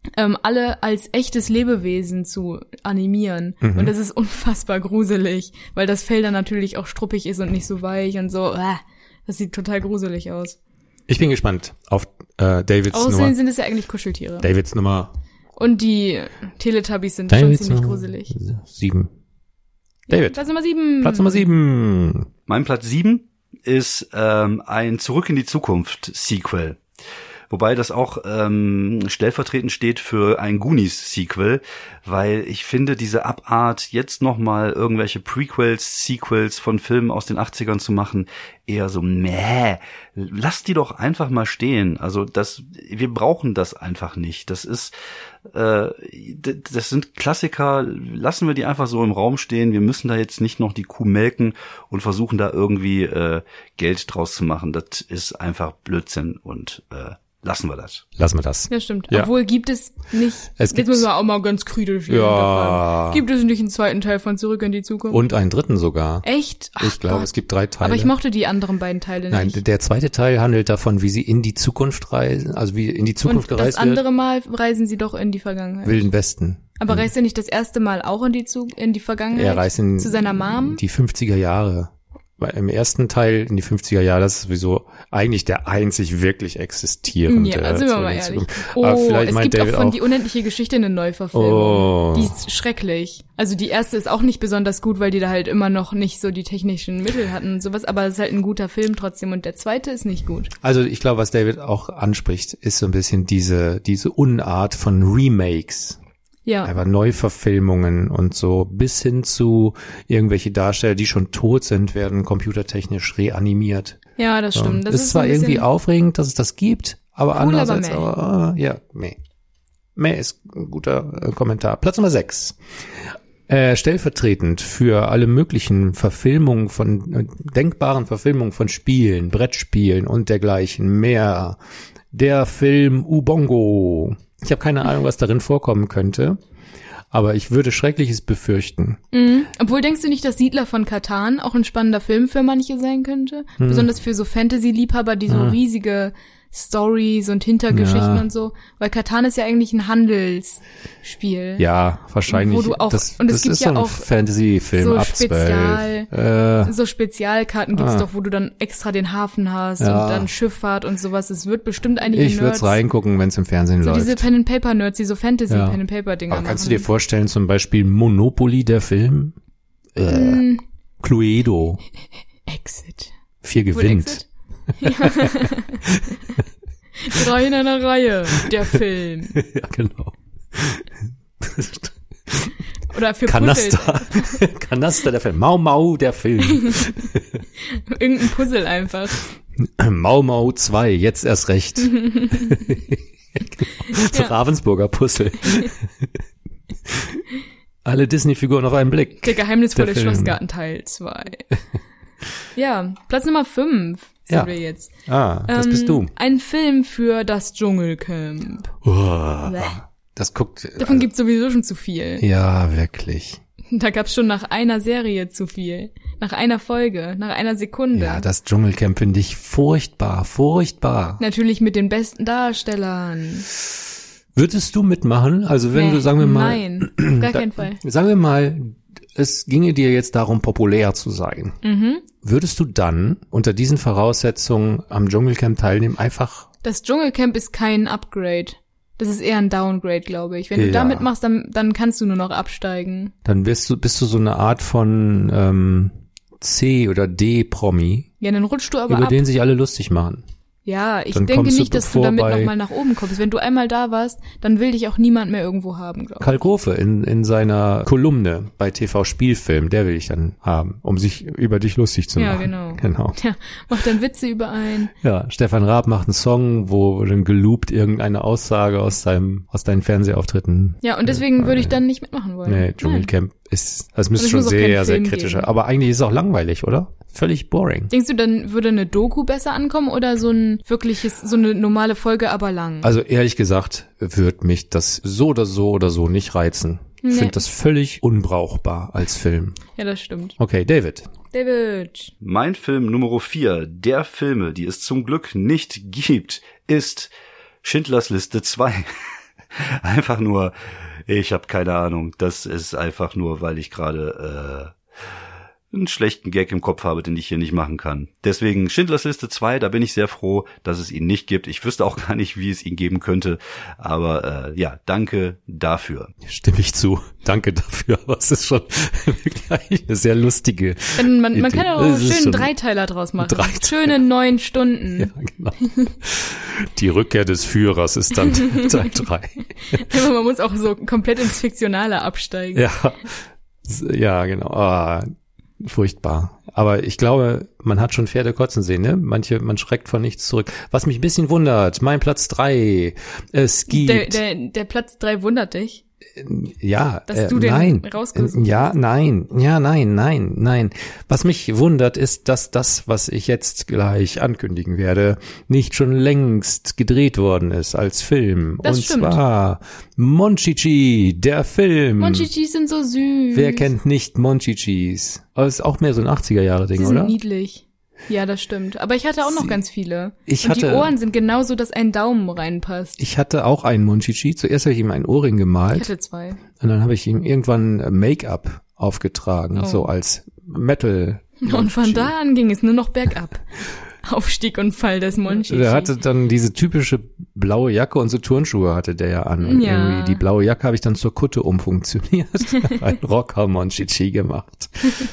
ähm, alle als echtes Lebewesen zu animieren. Mhm. Und das ist unfassbar gruselig, weil das Fell dann natürlich auch struppig ist und nicht so weich und so. Äh, das sieht total gruselig aus. Ich bin gespannt auf äh, Davids Außerdem Nummer. sind es ja eigentlich Kuscheltiere. Davids Nummer. Und die Teletubbies sind Davids schon ziemlich Nummer gruselig. Sieben. David. Platz Nummer sieben. Platz Nummer sieben. Mein Platz sieben ist ähm, ein Zurück in die Zukunft Sequel. Wobei das auch ähm, stellvertretend steht für ein Goonies-Sequel, weil ich finde, diese Abart, jetzt nochmal irgendwelche Prequels, Sequels von Filmen aus den achtzigern zu machen, eher so, meh, lass die doch einfach mal stehen. Also das, wir brauchen das einfach nicht. Das ist, äh, das sind Klassiker, lassen wir die einfach so im Raum stehen. Wir müssen da jetzt nicht noch die Kuh melken und versuchen da irgendwie äh, Geld draus zu machen. Das ist einfach Blödsinn und äh, lassen wir das. Lassen wir das. Ja, stimmt. Ja. Obwohl gibt es nicht, Es jetzt gibt- müssen wir auch mal ganz kritisch hier Ja. hinterfragen. Gibt es nicht einen zweiten Teil von Zurück in die Zukunft? Und einen dritten sogar. Echt? Ach Ich glaube, Gott. es gibt drei Teile. Aber ich mochte die anderen beiden Teile Nein, nicht. der zweite Teil handelt davon, wie sie in die Zukunft reisen, also wie in die Zukunft Und das gereist andere wird. Mal reisen sie doch in die Vergangenheit. Wilden Westen. Aber reist er nicht das erste Mal auch in die, Zu in die Vergangenheit? Er reist in Zu seiner Mom? die fünfziger Jahre. Weil im ersten Teil in die fünfziger Jahre, das ist sowieso eigentlich der einzig wirklich existierende. Ja, sind wir Zurück mal in die ehrlich. Zukunft. Oh, Aber vielleicht es meint gibt auch David von Die unendliche Geschichte eine Neuverfilmung. Oh. Die ist schrecklich. Also die erste ist auch nicht besonders gut, weil die da halt immer noch nicht so die technischen Mittel hatten und sowas, aber es ist halt ein guter Film trotzdem und der zweite ist nicht gut. Also ich glaube, was David auch anspricht, ist so ein bisschen diese diese Unart von Remakes. Ja. Einfach Neuverfilmungen und so bis hin zu irgendwelche Darsteller, die schon tot sind, werden computertechnisch reanimiert. Ja, das stimmt. Ja. Das ist, ist zwar ein bisschen irgendwie aufregend, dass es das gibt, aber cool, andererseits, aber aber, äh, ja, meh. Meh ist ein guter äh, Kommentar. Platz Nummer sechs. Äh, stellvertretend für alle möglichen Verfilmungen von, äh, denkbaren Verfilmungen von Spielen, Brettspielen und dergleichen mehr. Der Film Ubongo. Ich habe keine Ahnung, was darin vorkommen könnte, aber ich würde Schreckliches befürchten. Mhm. Obwohl, denkst du nicht, dass Siedler von Catan auch ein spannender Film für manche sein könnte? Hm. Besonders für so Fantasy-Liebhaber, die so Hm. riesige Stories und Hintergeschichten Ja. und so. Weil Catan ist ja eigentlich ein Handelsspiel. Ja, wahrscheinlich. Wo du auch- das und es das gibt ist ja so ein auch Fantasy-Film so ab Spezial- zwölf. Äh, So Spezialkarten gibt's Ah. doch, wo du dann extra den Hafen hast Ja. und dann Schifffahrt und sowas. Es wird bestimmt einige ich würde Nerds, reingucken, wenn es im Fernsehen so läuft. diese Pen-and-Paper-Nerds, die so Ja. Fantasy-Pen-and-Paper-Dinger Aber machen. kannst du dir vorstellen, zum Beispiel Monopoly, der Film? Äh, Hm, Cluedo, Exit. vier Wohl gewinnt. Exit? Ja. Drei in einer Reihe, der Film. Ja, genau. Oder für Kanaster. Kanaster, der Film. Mau Mau, der Film. Puzzle. Irgendein Puzzle einfach. Mau Mau zwei, jetzt erst recht. Das Ja. Ravensburger Puzzle. Alle Disney-Figuren auf einen Blick. Der geheimnisvolle Der Film. Schlossgarten Teil zwei. Ja, Platz Nummer fünf sind Ja. wir jetzt. Ah, das Ähm, bist du. Ein Film für das Dschungelcamp. Oh, Bäh. das guckt. Davon gibt's sowieso schon zu viel. Ja, wirklich. Da gab's schon nach einer Serie zu viel. Nach einer Folge, nach einer Sekunde. Ja, das Dschungelcamp finde ich furchtbar, furchtbar. Natürlich mit den besten Darstellern. Würdest du mitmachen? Also wenn Nee, du, sagen wir mal, Nein, gar da- keinen Fall. sagen wir mal, es ginge dir jetzt darum, populär zu sein. Mhm. Würdest du dann unter diesen Voraussetzungen am Dschungelcamp teilnehmen? Einfach, Das Dschungelcamp ist kein Upgrade. Das ist eher ein Downgrade, glaube ich. Wenn du Ja. damit machst, dann, dann kannst du nur noch absteigen. dann wirst du, bist du so eine Art von ähm, C- oder D-Promi, Ja, dann rutschst du aber über ab. den sich alle lustig machen. Ja, ich Dann denke kommst du nicht, dass du vor damit bei- nochmal nach oben kommst. Wenn du einmal da warst, dann will dich auch niemand mehr irgendwo haben, glaube ich. Karl Grofe in, in seiner Kolumne bei T V Spielfilm, der will ich dann haben, um sich über dich lustig zu Ja, machen. genau. Genau. Ja, mach dann Witze über einen. Ja, Stefan Raab macht einen Song, wo dann geloopt irgendeine Aussage aus seinem, aus deinen Fernsehauftritten. Ja, und deswegen würde ich dann nicht mitmachen wollen. Nee, Nein. Dschungelcamp ist, das Aber müsste es schon muss auch sehr, keinen sehr Film kritischer. geben. Aber eigentlich ist es auch langweilig, oder? Völlig boring. Denkst du, dann würde eine Doku besser ankommen oder so ein wirkliches, so eine normale Folge, aber lang? Also ehrlich gesagt, wird mich das so oder so oder so nicht reizen. Ich Nee. finde das völlig unbrauchbar als Film. Ja, das stimmt. Okay, David. David. Mein Film Nummer vier der Filme, die es zum Glück nicht gibt, ist Schindlers Liste zwei. Einfach nur, ich habe keine Ahnung. Das ist einfach nur, weil ich gerade äh, einen schlechten Gag im Kopf habe, den ich hier nicht machen kann. Deswegen Schindlers Liste zwei, da bin ich sehr froh, dass es ihn nicht gibt. Ich wüsste auch gar nicht, wie es ihn geben könnte. Aber äh, ja, danke dafür. Stimme ich zu. Danke dafür. Aber es ist schon wirklich eine sehr lustige Man, man, man Idee. kann ja auch Es ist schönen schon Dreiteiler draus machen. Dreiteiler. Schöne neun Stunden. Ja, genau. Die Rückkehr des Führers ist dann Teil drei. Aber man muss auch so komplett ins Fiktionale absteigen. Ja, ja, genau. Ah, furchtbar. Aber ich glaube, man hat schon Pferde kotzen sehen, ne? Manche, man schreckt vor nichts zurück. Was mich ein bisschen wundert, mein Platz drei, es gibt... Der, der, der Platz drei wundert dich? Ja, Dass äh, du den nein, rausgesucht äh, ja, nein, ja, nein, nein, nein. Was mich wundert, ist, dass das, was ich jetzt gleich ankündigen werde, nicht schon längst gedreht worden ist als Film. Das Und stimmt. zwar Monchichi, der Film. Monchichis sind so süß. Wer kennt nicht Monchichis? Aber es ist auch mehr so ein achtziger-Jahre-Ding, Die sind oder? niedlich. Ja, das stimmt. Aber ich hatte auch noch Sie- ganz viele. Ich Und die hatte- Ohren sind genauso, dass ein Daumen reinpasst. Ich hatte auch einen Monchichi. Zuerst habe ich ihm ein Ohrring Ich gemalt hatte zwei. und dann habe ich ihm irgendwann äh, Make-up aufgetragen, Oh. so als Metal. Und von da an ging es nur noch bergab. Aufstieg und Fall des Monchichi. Der hatte dann diese typische blaue Jacke und so Turnschuhe hatte der ja an. Und Ja. irgendwie die blaue Jacke habe ich dann zur Kutte umfunktioniert. Ein Rocker Monchichi gemacht.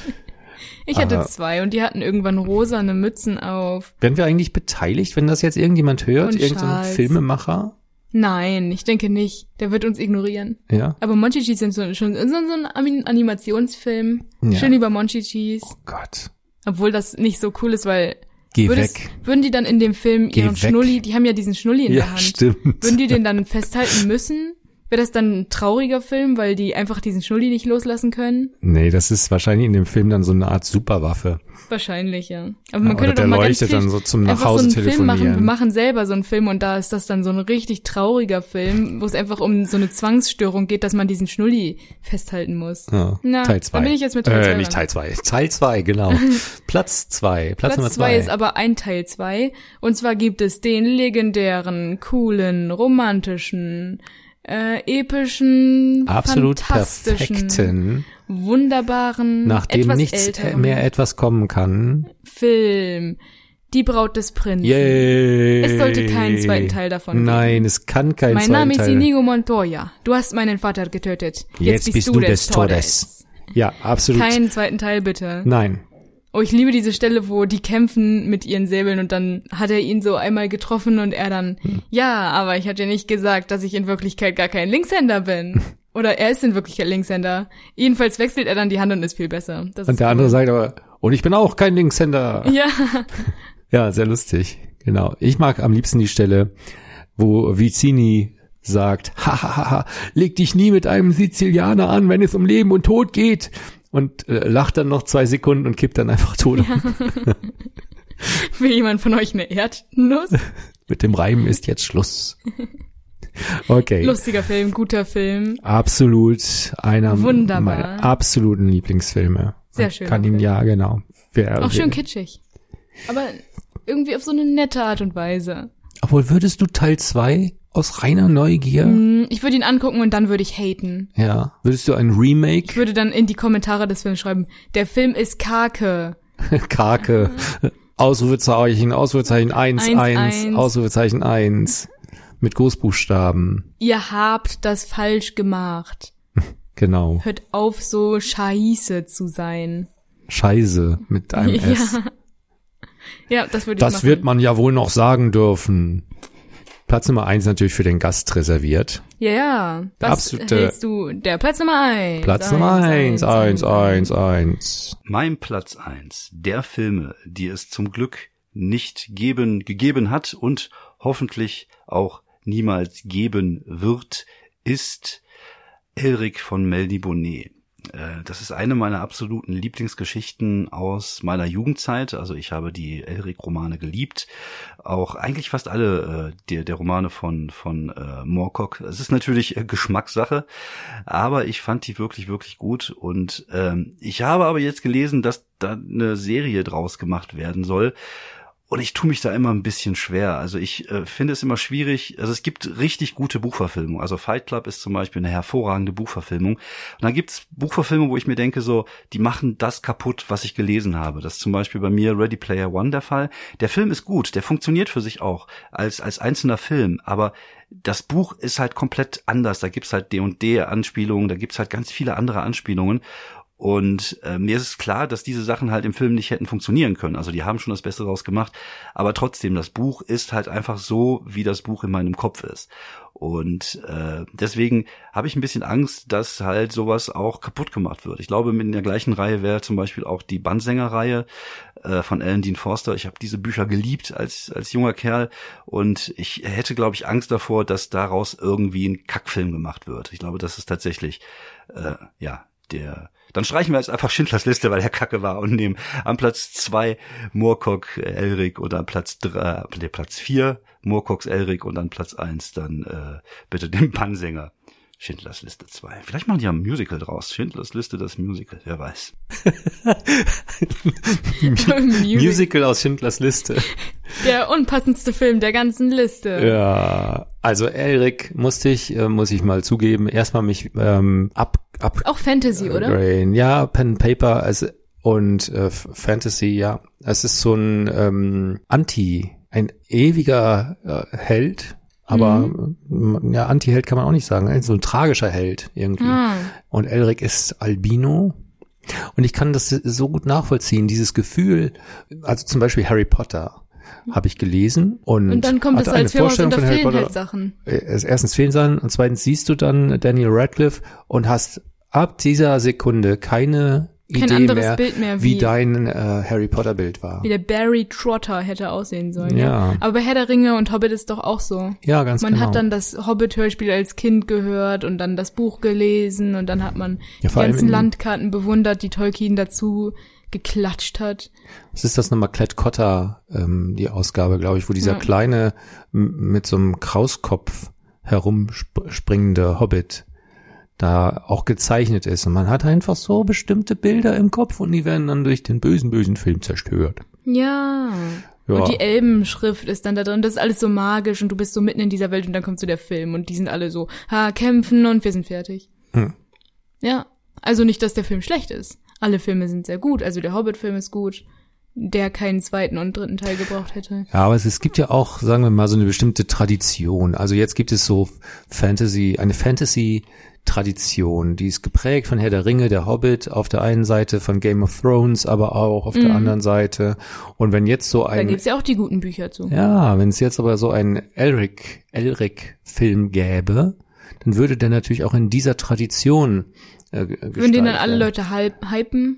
Ich hatte Aber- zwei und die hatten irgendwann rosane Mützen auf. Werden wir eigentlich beteiligt, wenn das jetzt irgendjemand hört? Und Irgendein Schals. Filmemacher? Nein, ich denke nicht. Der wird uns ignorieren. Ja? Aber Monchichis sind so, schon so, so ein Anim- Animationsfilm. Ja. Schön über Monchichis. Oh Gott. Obwohl das nicht so cool ist, weil Geh würdest, weg. würden die dann in dem Film Geh ihren weg. Schnulli, die haben ja diesen Schnulli in Ja, der Hand. stimmt. Würden die den dann festhalten müssen? Wäre das dann ein trauriger Film, weil die einfach diesen Schnulli nicht loslassen können? Nee, das ist wahrscheinlich in dem Film dann so eine Art Superwaffe. Wahrscheinlich, ja. Aber man Ja, könnte oder doch der mal ganz leuchtet viel dann so zum einfach Nachhause so einen Film machen. Wir telefonieren. machen selber so einen Film und da ist das dann so ein richtig trauriger Film, wo es einfach um so eine Zwangsstörung geht, dass man diesen Schnulli festhalten muss. Ja, Na, Teil zwei. dann bin ich jetzt mit Teil zwei Äh, nicht dran. Teil zwei. Teil zwei, genau. Platz zwei. Platz, Platz Nummer zwei zwei. ist aber ein Teil zwei. Und zwar gibt es den legendären, coolen, romantischen, äh, epischen, absolut fantastischen, perfekten, wunderbaren, nachdem etwas nichts älteren mehr etwas kommen kann. Film. Die Braut des Prinzen. Yay. Es sollte keinen zweiten Teil davon geben. Nein, es kann keinen Mein zweiten Name ist Teil. Inigo Montoya. Du hast meinen Vater getötet. Jetzt, Jetzt bist du des Todes. Ja, absolut. Keinen zweiten Teil, bitte. Nein. Oh, ich liebe diese Stelle, wo die kämpfen mit ihren Säbeln und dann hat er ihn so einmal getroffen und er dann, Hm. ja, aber ich hatte ja nicht gesagt, dass ich in Wirklichkeit gar kein Linkshänder bin. Oder er ist in Wirklichkeit Linkshänder. Jedenfalls wechselt er dann die Hand und ist viel besser. Das Und ist der cool. andere sagt aber, und ich bin auch kein Linkshänder. Ja, Ja, sehr lustig. Genau. Ich mag am liebsten die Stelle, wo Vicini sagt, hahaha, leg dich nie mit einem Sizilianer an, wenn es um Leben und Tod geht. Und äh, lacht dann noch zwei Sekunden und kippt dann einfach tot. um. will jemand von euch eine Erdnuss? Mit dem Reimen ist jetzt Schluss. Okay. Lustiger Film, guter Film. Absolut einer Wunderbar. meiner absoluten Lieblingsfilme. Sehr Man schöner Kann ihn, Film. ja, genau. Wer, Auch schön wer, kitschig. Aber irgendwie auf so eine nette Art und Weise. Obwohl, würdest du Teil zwei aus reiner Neugier, Hm, Ich würde ihn angucken und dann würde ich haten. ja, würdest du ein Ich Remake, würde dann in die Kommentare des Films schreiben, der Film ist Kake. Krake, Ausrufezeichen, Ausrufezeichen eins, Eins, eins, eins. Ausrufezeichen eins, mit Großbuchstaben, Ihr habt das falsch gemacht. genau, Hört auf, so scheiße zu sein. Scheiße, mit einem S. Ja. Ja, das würde ich Das machen. wird man ja wohl noch sagen dürfen. Platz Nummer eins natürlich für den Gast reserviert. Ja, ja. Was absolute- hältst du? Der Platz Nummer eins. Platz Nummer eins, eins, eins, eins. Mein Platz eins der Filme, die es zum Glück nicht geben, gegeben hat und hoffentlich auch niemals geben wird, ist Elric von Mel Dibonnet. Äh, Das ist eine meiner absoluten Lieblingsgeschichten aus meiner Jugendzeit. Also ich habe die Elric-Romane geliebt. Auch eigentlich fast alle äh, der, der Romane von von äh, Moorcock. Es ist natürlich äh, Geschmackssache, aber ich fand die wirklich, wirklich gut. Und ähm, ich habe aber jetzt gelesen, dass da eine Serie draus gemacht werden soll. Und ich tue mich da immer ein bisschen schwer. Also ich äh, finde es immer schwierig. Also es gibt richtig gute Buchverfilmungen. Also Fight Club ist zum Beispiel eine hervorragende Buchverfilmung. Und dann gibt's Buchverfilmungen, wo ich mir denke, so, die machen das kaputt, was ich gelesen habe. Das ist zum Beispiel bei mir Ready Player One der Fall. Der Film ist gut, der funktioniert für sich auch als als einzelner Film. Aber das Buch ist halt komplett anders. Da gibt's halt D und D-Anspielungen, da gibt's halt ganz viele andere Anspielungen. Und äh, mir ist es klar, dass diese Sachen halt im Film nicht hätten funktionieren können. Also die haben schon das Beste draus gemacht. Aber trotzdem, das Buch ist halt einfach so, wie das Buch in meinem Kopf ist. Und äh, deswegen habe ich ein bisschen Angst, dass halt sowas auch kaputt gemacht wird. Ich glaube, in der gleichen Reihe wäre zum Beispiel auch die Bandsänger-Reihe äh, von Alan Dean Foster. Ich habe diese Bücher geliebt als als junger Kerl. Und ich hätte, glaube ich, Angst davor, dass daraus irgendwie ein Kackfilm gemacht wird. Ich glaube, das ist tatsächlich, äh, ja, der... Dann streichen wir jetzt einfach Schindlers Liste, weil er kacke war, und nehmen am Platz zwei Moorcock Elric oder am Platz drei, nee, Platz vier Moorcocks Elric und an Platz eins dann äh, bitte den Bandsänger. Schindlers Liste zwei. Vielleicht machen die ja ein Musical draus. Schindlers Liste, das Musical, wer weiß. Musical aus Schindlers Liste. Der unpassendste Film der ganzen Liste. Ja, also Elric musste ich, äh, muss ich mal zugeben, erstmal mich ähm, ab, ab. Auch Fantasy, äh, oder? Grain. Ja, Pen and Paper also, und äh, Fantasy, ja. Es ist so ein ähm, Anti, ein ewiger äh, Held. Aber mhm. ja, Anti-Held kann man auch nicht sagen. So ein tragischer Held irgendwie. Ah. Und Elric ist Albino. Und ich kann das so gut nachvollziehen, dieses Gefühl, also zum Beispiel Harry Potter habe ich gelesen. Und, und dann kommt es als Film aus, und da fehlen halt Sachen. Erstens fehlen Sachen und zweitens siehst du dann Daniel Radcliffe und hast ab dieser Sekunde keine Kein Idee anderes mehr, Bild mehr, wie, wie dein äh, Harry Potter Bild war. Wie der Barry Trotter hätte aussehen sollen. Ja. Ja. Aber bei Herr der Ringe und Hobbit ist doch auch so. Ja, ganz man genau. Man hat dann das Hobbit-Hörspiel als Kind gehört und dann das Buch gelesen und dann hat man ja, die ganzen Landkarten bewundert, die Tolkien dazu geklatscht hat. Was ist das nochmal? Klett-Cotta, ähm, die Ausgabe, glaube ich, wo dieser ja. kleine m- mit so einem Krauskopf herumspringende Hobbit da auch gezeichnet ist. Und man hat einfach so bestimmte Bilder im Kopf und die werden dann durch den bösen, bösen Film zerstört. Ja. ja. Und die Elbenschrift ist dann da drin. Das ist alles so magisch und du bist so mitten in dieser Welt und dann kommt so der Film und die sind alle so, ha, kämpfen und wir sind fertig. Hm. Ja. Also nicht, dass der Film schlecht ist. Alle Filme sind sehr gut. Also der Hobbit-Film ist gut, der keinen zweiten und dritten Teil gebraucht hätte. Ja, aber es, es gibt ja auch, sagen wir mal, so eine bestimmte Tradition. Also jetzt gibt es so Fantasy, eine Fantasy Tradition, die ist geprägt von Herr der Ringe, der Hobbit, auf der einen Seite von Game of Thrones, aber auch auf mm. der anderen Seite. Und wenn jetzt so ein... Da gibt's ja auch die guten Bücher zu. Ja, wenn es jetzt aber so einen Elric, Elric-Film gäbe, dann würde der natürlich auch in dieser Tradition äh, Würden den dann alle Leute hype, hypen?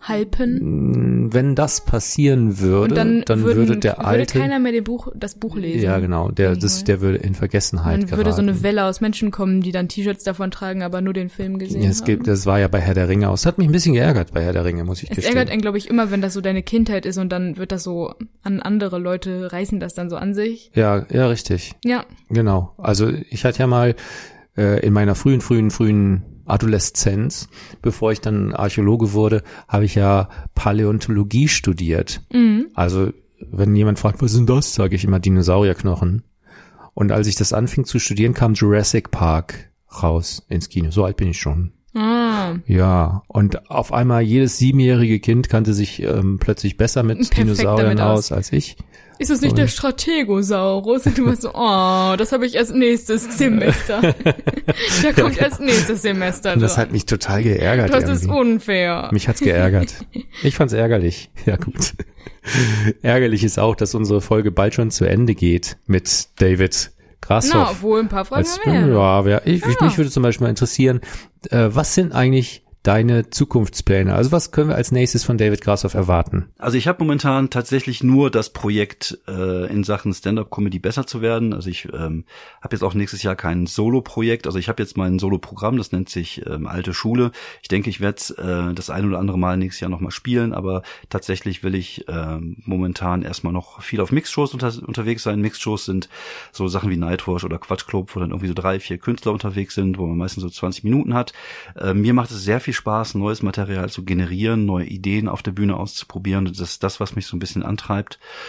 Halpen. Wenn das passieren würde, dann, dann würden, würde der alte... Würde keiner mehr den Buch, das Buch lesen. Ja, genau. Der, das, der würde in Vergessenheit dann geraten. Dann würde so eine Welle aus Menschen kommen, die dann T-Shirts davon tragen, aber nur den Film gesehen ja, es haben. Gibt, das war ja bei Herr der Ringe aus. Das hat mich ein bisschen geärgert bei Herr der Ringe, muss ich es gestehen. Es ärgert einen, glaube ich, immer, wenn das so deine Kindheit ist und dann wird das so an andere Leute, reißen das dann so an sich. Ja, ja, richtig. Ja. Genau. Also ich hatte ja mal äh, in meiner frühen, frühen, frühen Adoleszenz, bevor ich dann Archäologe wurde, habe ich ja Paläontologie studiert. Mhm. Also wenn jemand fragt, was ist denn das, sage ich immer Dinosaurierknochen. Und als ich das anfing zu studieren, kam Jurassic Park raus ins Kino. So alt bin ich schon. Ah. Ja, und auf einmal jedes siebenjährige Kind kannte sich ähm, plötzlich besser mit Perfekt Dinosauriern aus als ich. Ist das nicht und der Strategosaurus? Und du warst so, oh, das habe ich erst nächstes Semester. Der kommt ja, erst nächstes Semester. Und das hat mich total geärgert. Das irgendwie. Ist unfair. Mich hat's geärgert. Ich fand's ärgerlich. Ja, gut. Ärgerlich ist auch, dass unsere Folge bald schon zu Ende geht mit David Grashoff. Na, obwohl ein paar Fragen als, mehr. Ja, ja, ich, ja. Mich würde zum Beispiel mal interessieren, äh, was sind eigentlich deine Zukunftspläne? Also was können wir als nächstes von David Grashoff erwarten? Also ich habe momentan tatsächlich nur das Projekt, äh, in Sachen Stand-up-Comedy besser zu werden. Also ich ähm, habe jetzt auch nächstes Jahr kein Solo-Projekt. Also ich habe jetzt mein Solo-Programm, das nennt sich ähm, Alte Schule. Ich denke, ich werde äh, das ein oder andere Mal nächstes Jahr nochmal spielen, aber tatsächlich will ich äh, momentan erstmal noch viel auf Mixshows unter, unterwegs sein. Mixshows sind so Sachen wie Nightwash oder Quatschclub, wo dann irgendwie so drei, vier Künstler unterwegs sind, wo man meistens so zwanzig Minuten hat. Äh, mir macht es sehr viel Spaß, neues Material zu generieren, neue Ideen auf der Bühne auszuprobieren. Das ist das, was mich so ein bisschen antreibt.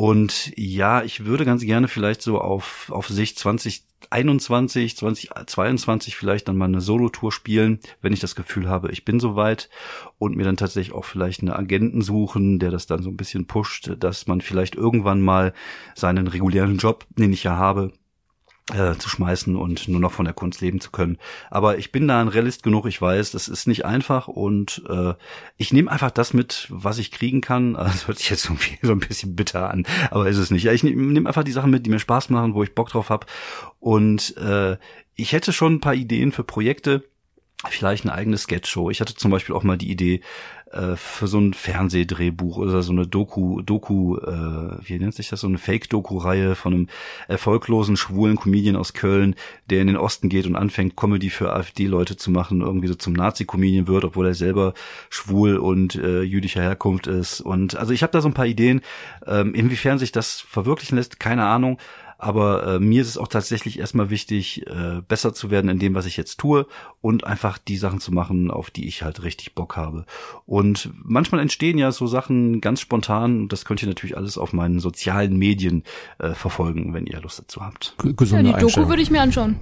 Und ja, ich würde ganz gerne vielleicht so auf auf Sicht zwanzig einundzwanzig, zwanzig zweiundzwanzig vielleicht dann mal eine Solo-Tour spielen, wenn ich das Gefühl habe, ich bin soweit, und mir dann tatsächlich auch vielleicht einen Agenten suchen, der das dann so ein bisschen pusht, dass man vielleicht irgendwann mal seinen regulären Job, den ich ja habe, Äh, zu schmeißen und nur noch von der Kunst leben zu können. Aber ich bin da ein Realist genug, ich weiß, das ist nicht einfach, und äh, ich nehme einfach das mit, was ich kriegen kann. Also, das hört sich jetzt irgendwie so ein bisschen bitter an, aber ist es nicht. Ja, ich nehme nehm einfach die Sachen mit, die mir Spaß machen, wo ich Bock drauf habe, und äh, ich hätte schon ein paar Ideen für Projekte, vielleicht eine eigene Sketchshow. Ich hatte zum Beispiel auch mal die Idee äh, für so ein Fernsehdrehbuch oder so eine Doku, Doku, äh, wie nennt sich das, so eine Fake-Doku-Reihe von einem erfolglosen schwulen Comedian aus Köln, der in den Osten geht und anfängt, Comedy für AfD-Leute zu machen, irgendwie so zum Nazi-Comedian wird, obwohl er selber schwul und äh, jüdischer Herkunft ist. Und also ich habe da so ein paar Ideen. Ähm, inwiefern sich das verwirklichen lässt, keine Ahnung. Aber äh, mir ist es auch tatsächlich erstmal wichtig, äh, besser zu werden in dem, was ich jetzt tue, und einfach die Sachen zu machen, auf die ich halt richtig Bock habe. Und manchmal entstehen ja so Sachen ganz spontan, und das könnt ihr natürlich alles auf meinen sozialen Medien äh, verfolgen, wenn ihr Lust dazu habt. Gesunde ja, die Doku würde ich mir anschauen.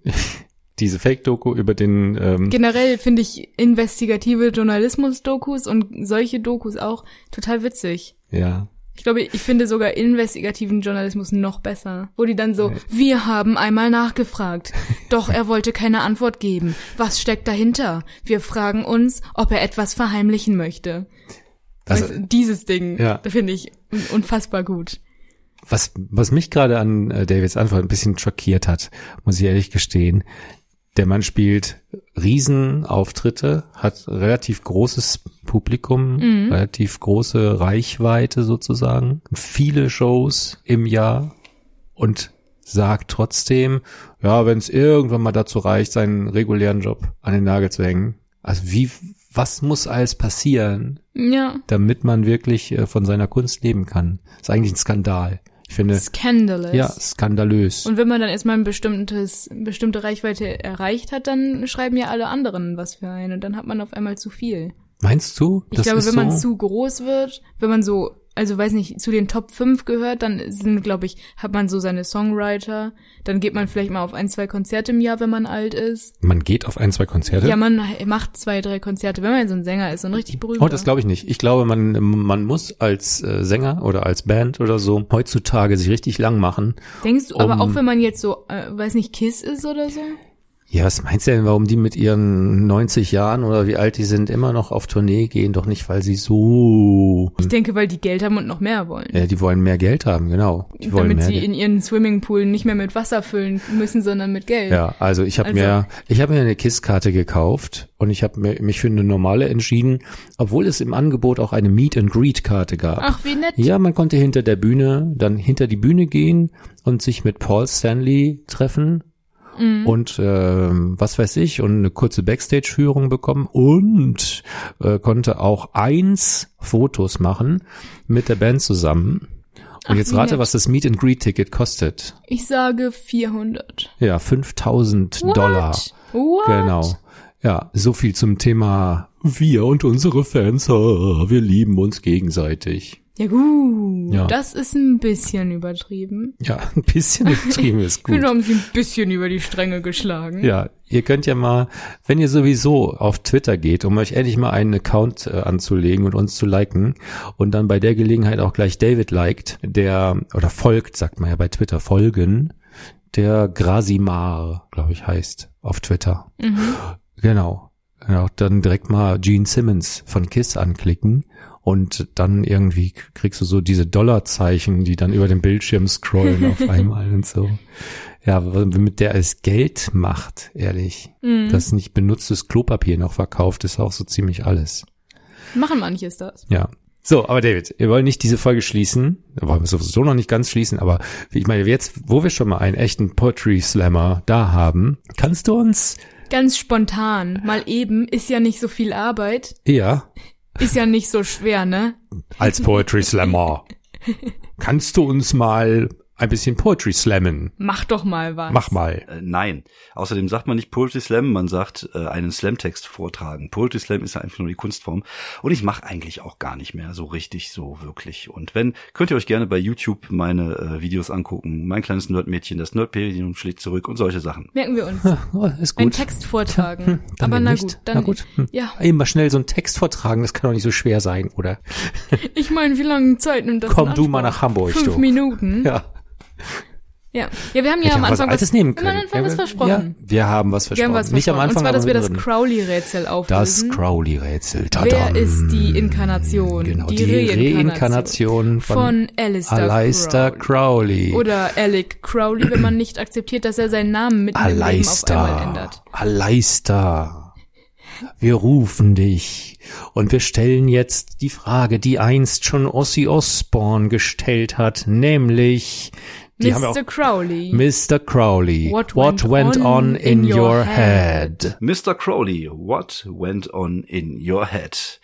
Diese Fake-Doku über den... Ähm Generell finde ich investigative Journalismus-Dokus und solche Dokus auch total witzig. Ja. Ich glaube, ich finde sogar investigativen Journalismus noch besser. Wo die dann so, wir haben einmal nachgefragt, doch er wollte keine Antwort geben. Was steckt dahinter? Wir fragen uns, ob er etwas verheimlichen möchte. Also, weißt, dieses Ding, ja, finde ich unfassbar gut. Was, was mich gerade an äh, Davids Antwort ein bisschen schockiert hat, muss ich ehrlich gestehen. Der Mann spielt Riesenauftritte, hat relativ großes Publikum, mhm. relativ große Reichweite sozusagen, viele Shows im Jahr, und sagt trotzdem, ja, wenn es irgendwann mal dazu reicht, seinen regulären Job an den Nagel zu hängen. Also wie, was muss alles passieren, ja, damit man wirklich äh, von seiner Kunst leben kann? Das ist eigentlich ein Skandal. Ich finde, Scandalous. Ja, skandalös. Und wenn man dann erstmal ein bestimmtes, bestimmte Reichweite erreicht hat, dann schreiben ja alle anderen was für einen, und dann hat man auf einmal zu viel. Meinst du? Ich das glaube, ist wenn man so? zu groß wird, wenn man so, also weiß nicht, zu den Top fünf gehört, dann sind, glaube ich, hat man so seine Songwriter, dann geht man vielleicht mal auf ein, zwei Konzerte im Jahr, wenn man alt ist. Man geht auf ein, zwei Konzerte? Ja, man macht zwei, drei Konzerte, wenn man so ein Sänger ist, so ein richtig berühmter. Oh, das glaube ich nicht. Ich glaube, man man muss als äh, Sänger oder als Band oder so heutzutage sich richtig lang machen. Denkst du, um, aber auch wenn man jetzt so, äh, weiß nicht, Kiss ist oder so? Ja, was meinst du denn, warum die mit ihren neunzig Jahren oder wie alt die sind immer noch auf Tournee gehen? Doch nicht, weil sie so... Ich denke, weil die Geld haben und noch mehr wollen. Ja, die wollen mehr Geld haben, genau. Die wollen Damit mehr sie Geld. in ihren Swimmingpool nicht mehr mit Wasser füllen müssen, sondern mit Geld. Ja, also ich habe also. mir ich habe mir eine KISS-Karte gekauft, und ich habe mich für eine normale entschieden, obwohl es im Angebot auch eine Meet-and-Greet-Karte gab. Ach, wie nett. Ja, man konnte hinter der Bühne, dann hinter die Bühne gehen und sich mit Paul Stanley treffen. Mhm. Und äh, was weiß ich, und eine kurze Backstage-Führung bekommen, und äh, konnte auch eins Fotos machen mit der Band zusammen. Und Ach, jetzt rate, nett. was das Meet-and-Greet-Ticket kostet. Ich sage vierhundert. Ja, fünftausend What? Dollar. What? Genau. Ja, so viel zum Thema wir und unsere Fans, wir lieben uns gegenseitig. Ja gut, ja. Das ist ein bisschen übertrieben. Ja, ein bisschen übertrieben ist gut. Ich finde, haben sie ein bisschen über die Stränge geschlagen. Ja, ihr könnt ja mal, wenn ihr sowieso auf Twitter geht, um euch endlich mal einen Account äh, anzulegen und uns zu liken, und dann bei der Gelegenheit auch gleich David liked, der, oder folgt, sagt man ja bei Twitter, folgen, der Grasimar, glaube ich, heißt, auf Twitter. Mhm. Genau. Genau, dann direkt mal Gene Simmons von KISS anklicken. Und dann irgendwie kriegst du so diese Dollarzeichen, die dann über den Bildschirm scrollen auf einmal und so. Ja, mit der es Geld macht, ehrlich. Mhm. Das nicht benutztes Klopapier noch verkauft, ist auch so ziemlich alles. Machen manches das. Ja. So, aber David, wir wollen nicht diese Folge schließen. Wir wollen sowieso noch nicht ganz schließen, aber ich meine, jetzt, wo wir schon mal einen echten Poetry Slammer da haben, kannst du uns... Ganz spontan, mal eben, ist ja nicht so viel Arbeit. Ja. Ist ja nicht so schwer, ne? Als Poetry Slammer. Kannst du uns mal ein bisschen Poetry slammen. Mach doch mal was. Mach mal. Äh, nein. Außerdem sagt man nicht Poetry Slam, man sagt äh, einen Slam-Text vortragen. Poetry Slam ist ja einfach nur die Kunstform. Und ich mache eigentlich auch gar nicht mehr so richtig, so wirklich. Und wenn, könnt ihr euch gerne bei YouTube meine äh, Videos angucken. Mein kleines Nerdmädchen, das Nerdperium schlägt zurück und solche Sachen. Merken wir uns. Oh, ist gut. Einen Text vortragen. Hm, dann Aber na nicht. gut, dann, na gut. Hm. ja. Eben mal schnell so einen Text vortragen, das kann doch nicht so schwer sein, oder? Ich meine, wie lange Zeit nimmt das Komm in du mal Anspruch? nach Hamburg, Fünf du. Minuten. Ja. Ja, ja, wir haben ja Hätte am auch was Anfang Altes nehmen wir haben können. am Anfang was Ja, versprochen. Ja, wir haben was Wir versprochen. haben was Nicht am versprochen. Anfang, Und zwar, dass aber wir das mittendrin. Crowley-Rätsel Das auflösen. Crowley-Rätsel. Wer Tadam. ist die Inkarnation? Genau, die, die Reinkarnation von, von Aleister, Aleister Crowley. Crowley. Oder Alec Crowley, wenn man nicht akzeptiert, dass er seinen Namen mitten im Leben auf einmal Aleister. ändert. Aleister. Wir rufen dich. Und wir stellen jetzt die Frage, die einst schon Ozzy Osbourne gestellt hat, nämlich die haben wir Mister auch, Crowley. Mister Crowley. What What went, went on in, your head? head? Mister Crowley, what went on in your head?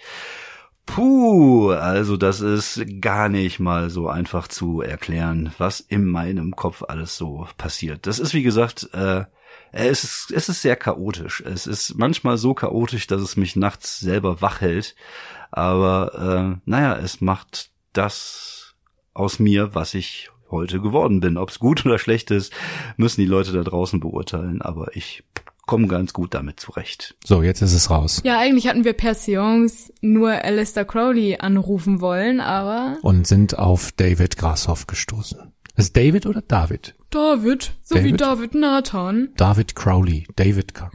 Puh, also das ist gar nicht mal so einfach zu erklären, was in meinem Kopf alles so passiert. Das ist, wie gesagt, äh, es ist, es ist sehr chaotisch. Es ist manchmal so chaotisch, dass es mich nachts selber wach hält. Aber äh, naja, es macht das aus mir, was ich heute geworden bin. Ob es gut oder schlecht ist, müssen die Leute da draußen beurteilen. Aber ich komme ganz gut damit zurecht. So, jetzt ist es raus. Ja, eigentlich hatten wir per Seance nur Aleister Crowley anrufen wollen, aber Und sind auf David Grashoff gestoßen. Ist David oder David? David, so wie David? David Nathan. David Crowley. David Crowley.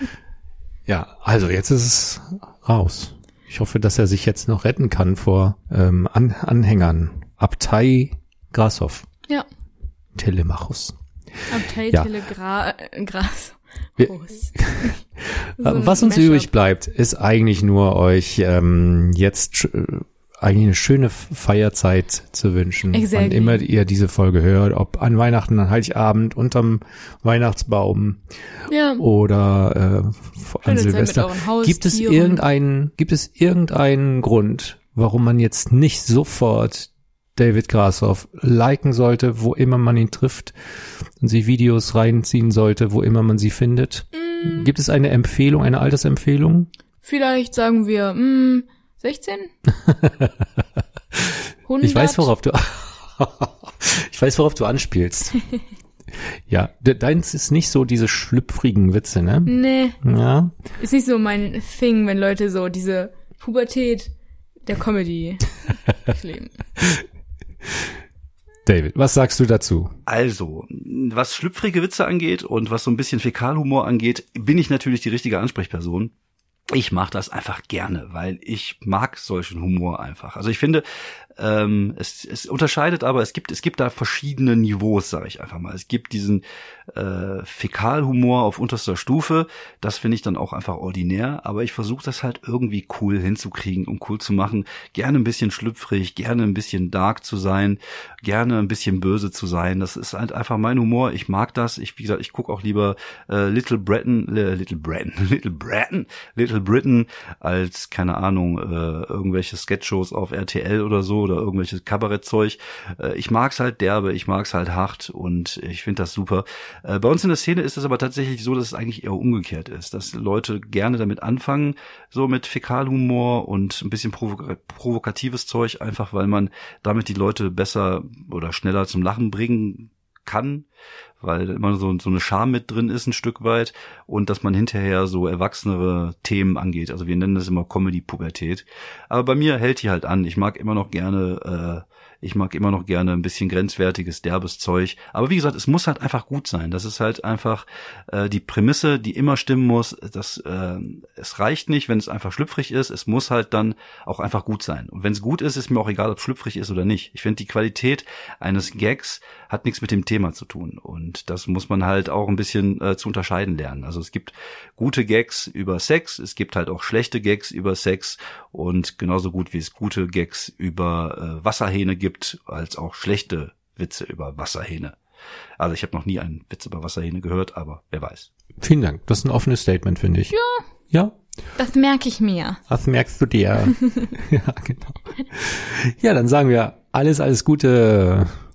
Ja, also jetzt ist es raus. Ich hoffe, dass er sich jetzt noch retten kann vor ähm, An- Anhängern. Abtei Grashoff. Ja, Telemachus. Abtei Ja. Telegra äh, Gras. Wir- Groß. Was uns übrig bleibt, ist eigentlich nur euch ähm, jetzt sch- eigentlich eine schöne Feierzeit zu wünschen. Exactly. Wann immer ihr diese Folge hört, ob an Weihnachten, an Heiligabend, unterm Weihnachtsbaum Ja, oder äh, an Schöne Zeit Silvester. mit euren Gibt es Haustieren. irgendeinen, gibt es irgendeinen Grund, warum man jetzt nicht sofort David Grashoff liken sollte, wo immer man ihn trifft und sich Videos reinziehen sollte, wo immer man sie findet? Mm. Gibt es eine Empfehlung, eine Altersempfehlung? vielleicht sagen wir, mh, sechzehn? hundert? Ich weiß, worauf du, ich weiß, worauf du anspielst. Ja, de- deins ist nicht so diese schlüpfrigen Witze, ne? Nee, Ja. ist nicht so mein Thing, wenn Leute so diese Pubertät der Comedy leben. David, was sagst du dazu? Also, was schlüpfrige Witze angeht und was so ein bisschen Fäkalhumor angeht, bin ich natürlich die richtige Ansprechperson. Ich mache das einfach gerne, weil ich mag solchen Humor einfach. Also ich finde, ähm, es, es unterscheidet aber, es gibt es gibt da verschiedene Niveaus, sage ich einfach mal. Es gibt diesen äh, Fäkalhumor auf unterster Stufe, das finde ich dann auch einfach ordinär, aber ich versuche das halt irgendwie cool hinzukriegen und cool zu machen. Gerne ein bisschen schlüpfrig, gerne ein bisschen dark zu sein, gerne ein bisschen böse zu sein. Das ist halt einfach mein Humor. Ich mag das. Ich, wie gesagt, ich gucke auch lieber äh, Little Britain, äh, Little Britain, Little Britain, Little Britain als, keine Ahnung, äh, irgendwelche Sketchshows auf R T L oder so oder irgendwelches Kabarettzeug. Äh, ich mag's halt derbe, ich mag's halt hart und ich finde das super. Äh, bei uns in der Szene ist es aber tatsächlich so, dass es eigentlich eher umgekehrt ist, dass Leute gerne damit anfangen, so mit Fäkalhumor und ein bisschen provo- provokatives Zeug, einfach weil man damit die Leute besser oder schneller zum Lachen bringen kann, weil immer so, so eine Scham mit drin ist ein Stück weit und dass man hinterher so erwachsenere Themen angeht. Also wir nennen das immer Comedy-Pubertät. Aber bei mir hält die halt an. Ich mag immer noch gerne, äh, ich mag immer noch gerne ein bisschen grenzwertiges, derbes Zeug. Aber wie gesagt, es muss halt einfach gut sein. Das ist halt einfach äh, die Prämisse, die immer stimmen muss. Das, äh, es reicht nicht, wenn es einfach schlüpfrig ist. Es muss halt dann auch einfach gut sein. Und wenn es gut ist, ist mir auch egal, ob es schlüpfrig ist oder nicht. Ich finde, die Qualität eines Gags hat nichts mit dem Thema zu tun. Und das muss man halt auch ein bisschen äh, zu unterscheiden lernen. Also es gibt gute Gags über Sex, es gibt halt auch schlechte Gags über Sex und genauso gut wie es gute Gags über äh, Wasserhähne gibt, als auch schlechte Witze über Wasserhähne. Also ich habe noch nie einen Witz über Wasserhähne gehört, aber wer weiß. Vielen Dank. Das ist ein offenes Statement, finde ich. Ja. Ja? Das merke ich mir. Das merkst du dir. Ja, genau. Ja, dann sagen wir alles, alles Gute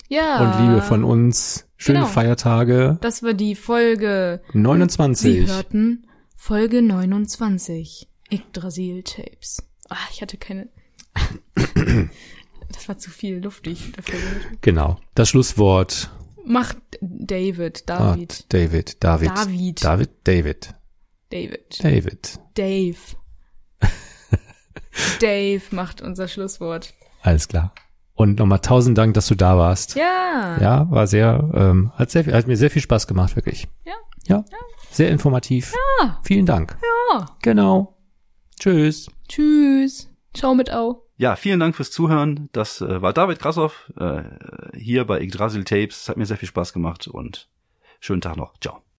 Ja. und Liebe von uns. Schöne Genau. Feiertage. Das war die Folge neunundzwanzig. Sie hörten Folge neunundzwanzig. Yggdrasil Tapes. Ah, ich hatte keine... Das war zu viel luftig dafür. Genau. Das Schlusswort. Macht David, Ah, David, David, David. David. David, David. David, David. Dave. Dave macht unser Schlusswort. Alles klar. Und nochmal tausend Dank, dass du da warst. Ja. Ja, war sehr, ähm, hat sehr, hat mir sehr viel Spaß gemacht, wirklich. Ja. Ja. Sehr informativ. Ja. Vielen Dank. Ja. Genau. Tschüss. Tschüss. Ciao mit Au. Ja, vielen Dank fürs Zuhören. Das äh, war David Krassoff äh, hier bei Yggdrasil Tapes. Es hat mir sehr viel Spaß gemacht und schönen Tag noch. Ciao.